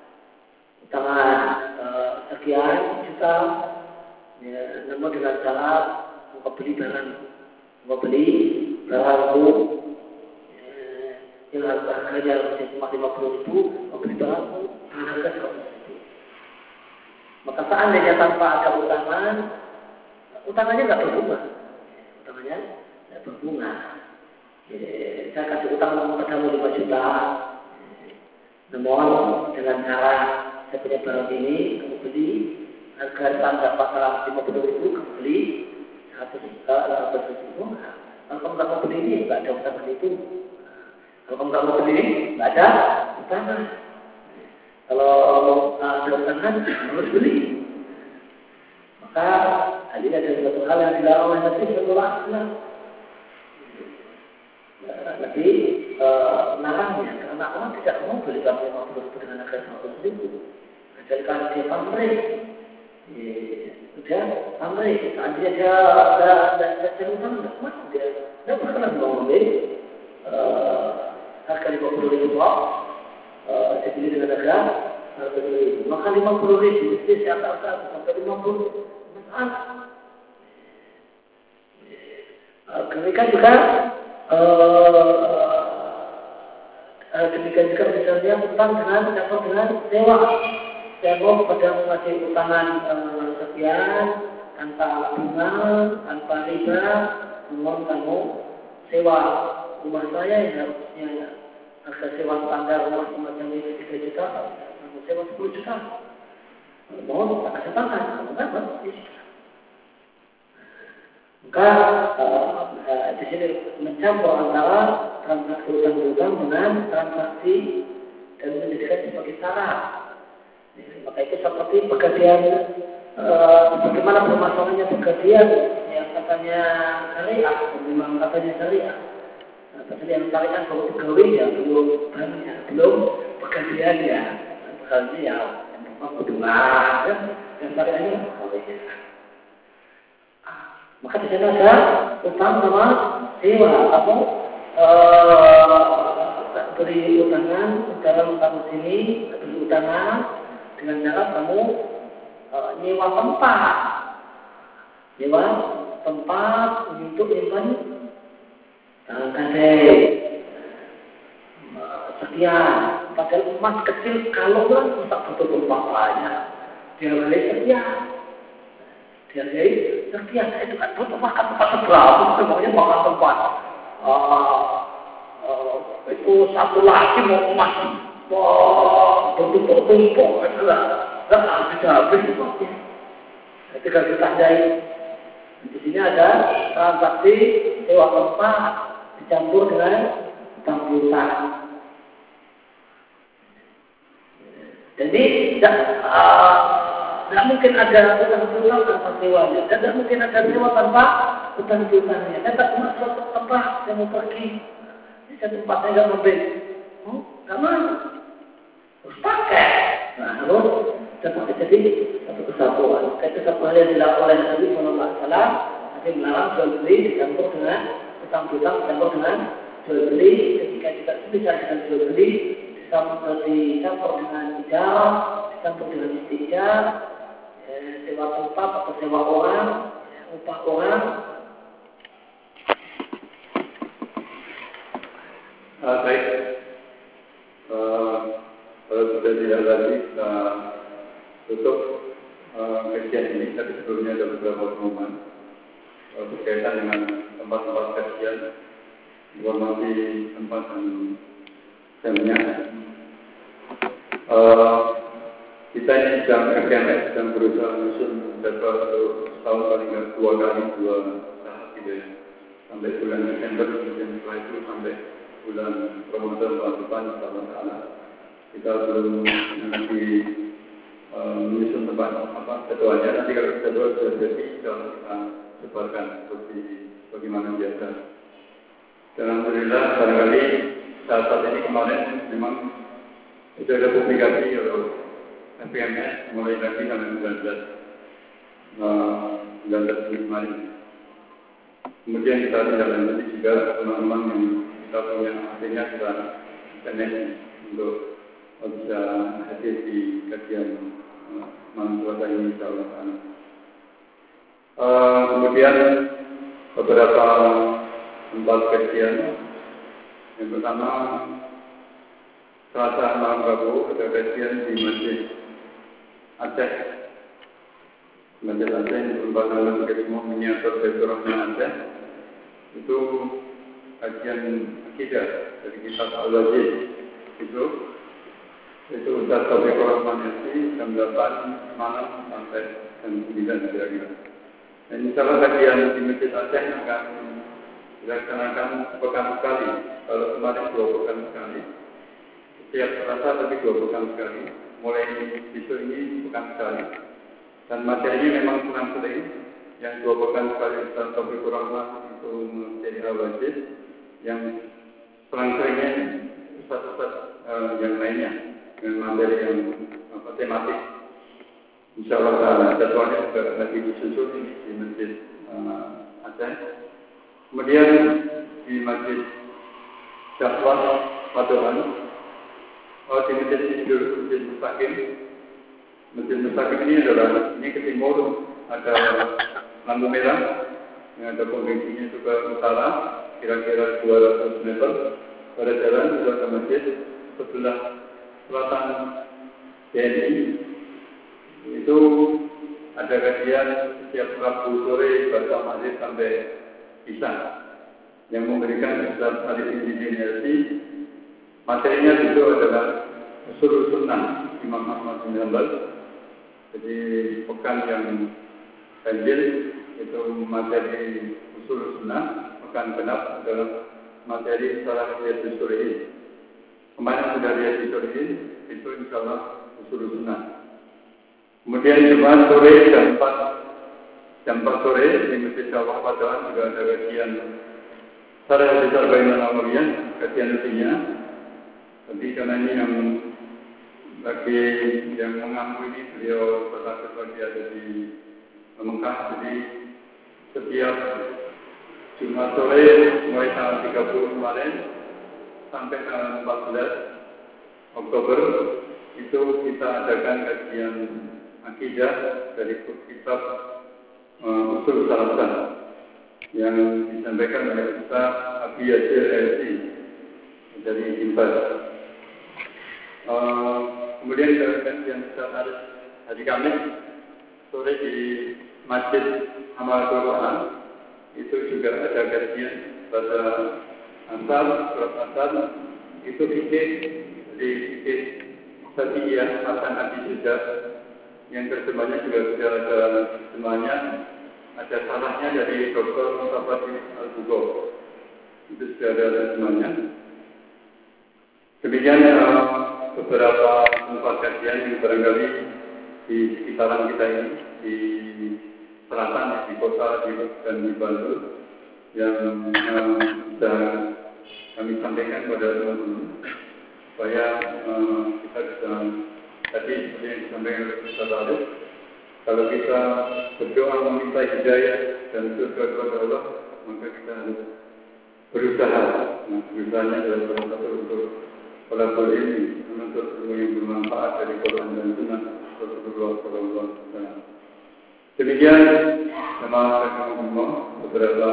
sekian juta, ya, namun dengan syarat mau beli barangku yang harganya cuma 50.000, mau beli barangku dengan harga 100.000. Maka seandainya tanpa ada utangannya nggak berbunga. Saya kasih utang padamu 5 juta, namun dengan cara saya punya barang ini, kamu beli harga standar pasaran 50.000, kamu beli 100.000. Kalau kamu nggak mau beli ini, nggak ada utangan itu. Kalau kamu nggak mau beli ini, nggak ada utangan. Kalau ada utangan, harus beli. Maka ini ada suatu hal yang dilarang oleh Nabi Sallallahu Alaihi Wasallam. Nabi melarangnya karena orang tidak mau beli barang 50.000 dengan harga 100.000. Kecuali kalau dia pamrih, sudah pamrih. Seandainya dia ada utang, nggak mau dia bakalan mau beli harga 50.000 dia beli dengan harga 100.000. Maka 50.000 itu siapa sampai 50. Demikian juga misalnya utang dengan sewa. Saya mau pada mengasih utangan sekian tanpa bunga, tanpa riba, namun kamu sewa rumah saya yang harusnya harga sewa standar rumah semacam ini 3 juta, kamu sewa 10 juta. Mau tak kasih tangan, kamu kan bagus. Maka di sini mencampur antara transaksi utang dengan transaksi dan menjadikan sebagai syarat. Maka itu seperti pegadaian, bagaimana permasalahannya pegadaian yang katanya syariah, memang katanya syariah. Yang syariah kalau pegawai ya belum pegadaian ya, pegadaian yang berumah yang syariahnya pegawai. Maka di sana ada utang sama sewa atau beri utangan dalam kamus ini, beri utangan dengan cara kamu nyewa tempat untuk nyimpan gadai sekian. Padahal emas kecil kalau kan tak butuh tempat banyak, dia beli sekian. Jadi sekian itu kan butuh makan tempat seberapa, semuanya makan tempat. Itu satu lagi mau emas, bertumpuk-tumpuk, nggak habis tempatnya. Ketika ditandai, di sini ada transaksi sewa tempat dicampur dengan utang piutang. Jadi tidak mungkin ada utang piutang tanpa sewanya, dan tidak mungkin ada sewa tanpa utang piutangnya. Dan tak cuma suatu tempat yang mau pergi, di satu tempat saya nggak mau beli, nggak mau, harus pakai. Nah, harus dapat jadi satu kesatuan. Itu satu hal yang dilakukan oleh Nabi Sallallahu Alaihi Wasallam. Nabi melarang jual beli dicampur dengan utang piutang, dicampur dengan jual beli. Ketika tidak bisa dengan jual beli, dicampur dengan ijarah, dicampur dengan istijar. Sewa tempat atau sewa orang, upah orang. Baik. Kalau sudah tidak lagi kita tutup kajian ini. Tapi sebelumnya ada beberapa pengumuman berkaitan dengan tempat-tempat kajian, informasi tempat dan jamnya. Kita ini sedang berusaha menyusun jadwal untuk tahun paling nggak 2 kali 2 tahap gitu ya. Sampai bulan Desember, kemudian setelah itu sampai bulan Ramadan tahun depan, insyaallah kita belum nanti menyusun tempat jadwalnya. Nanti kalau jadwal sudah jadi, kita sebarkan seperti bagaimana biasa. Dan alhamdulillah barangkali saat ini kemarin memang sudah ada publikasi atau FPMS mulai lagi tanggal 19 kemarin. Kemudian kita tidak lanjuti juga teman-teman yang kita punya akhirnya kita connect untuk bisa hadir di kajian mahasiswa ini insyaallah. Kemudian beberapa tempat kajian. Yang pertama, Selasa malam Rabu ada kajian di Masjid Aceh. Masjid Aceh yang merupakan kedua miniatur Rahman Aceh. Itu kajian akidah dari kitab Al-Wajid. Itu Ustaz Taufik Rahman Yasi jam 8 malam sampai jam 9 kira-kira. Dan insyaallah kajian di Masjid Aceh akan dilaksanakan pekan sekali. Kalau kemarin 2 pekan sekali. Setiap Selasa tapi 2 pekan sekali. Mulai besok ini pekan sekali. Dan materinya memang senang sering. Yang 2 pekan sekali Ustaz Taufik Rahman itu menjadi Al-Wajid. Yang selang-seringnya Ustaz-Ustaz yang lainnya dengan materi yang tematik. Insyaallah taala jadwalnya juga lagi disusun ini di Masjid Aceh. Kemudian di Masjid Dakwah Padoan, di Masjid ini dulu, Masjid Mustaqim. Masjid Mustaqim ini adalah ke timur, ada lampu merah, yang ada pembensinya juga utara, kira-kira 200 meter. Pada jalan sudah ke masjid sebelah selatan BNI. Itu ada kajian setiap Rabu sore baca maghrib sampai isya yang memberikan Ustaz Arif Injiniasi. Materinya itu adalah Ushul Sunnah Imam Ahmad bin Hanbal. Jadi pekan yang ganjil itu materi Ushul Sunnah, pekan genap adalah materi Salah Riyadhus Shalihin. Kemarin sudah Riyadhus Shalihin, itu insyaallah Ushul Sunnah. Kemudian Jumat sore jam 4 sore di Masjid Dakwah Padoan juga ada kajian Sarah Hadis Arba'in An-Nawawiyah, kajian rutinnya. Tapi karena ini yang lagi yang mengampu ini beliau lagi ada di Mekah, jadi setiap Jumat sore mulai tanggal 30 kemarin sampai tanggal 14 Oktober itu kita adakan kajian akidah dari kitab Ushul Salasah yang disampaikan oleh Ustaz Abi Yasir LC dari Jimbar. Kemudian kajian Ustaz Arif hari Kamis sore di Masjid Amal Quran itu juga ada kajian pada Ansar, surat Ansar itu fikih dari fikih Satiyah Hasan Abi Suja yang terjemahnya juga sudah ada terjemahnya, ada salahnya dari Dr. Mustafa Al-Bugo itu sudah ada terjemahnya. Demikian beberapa tempat kajian yang barangkali di sekitaran kita ini di selatan, di kota dan di Bandung yang sudah kami sampaikan pada teman-teman supaya kita bisa tadi seperti yang disampaikan oleh Ustaz Arif, kalau kita berdoa meminta hidayah dan surga kepada Allah, maka kita harus berusaha. Berusahanya adalah salah satu untuk kolaborasi ini menuntut ilmu yang bermanfaat dari Quran dan Sunnah Rasulullah SAW. Demikian sama-sama beberapa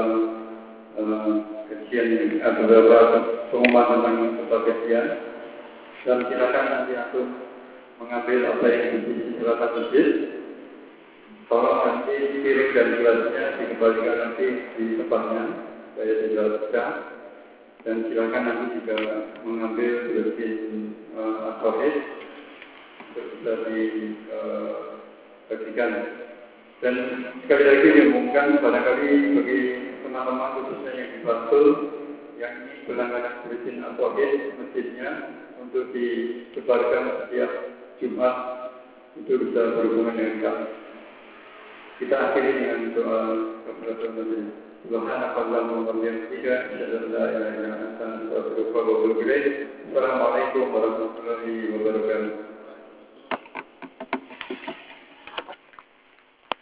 kajian, beberapa pengumuman tentang tempat kajian, dan silakan nanti aku mengambil apa yang silakan tulis. Tolong nanti kirim dan gelasnya dikembalikan nanti di tempatnya, saya sudah buka. Dan silakan nanti juga mengambil buletin At-Tauhid untuk bisa dibagikan. Dan sekali lagi diumumkan barangkali bagi teman-teman khususnya yang di Bantul yang ingin berlangganan buletin At-Tauhid masjidnya untuk disebarkan setiap Jumat itu bisa berhubungan dengan kami. Kita akhiri dengan doa kafaratul majlis. Subhanakallahumma wa bihamdika asyhadu an la ilaha illa anta astaghfiruka wa atubu ilaik. Assalamualaikum warahmatullahi wabarakatuh.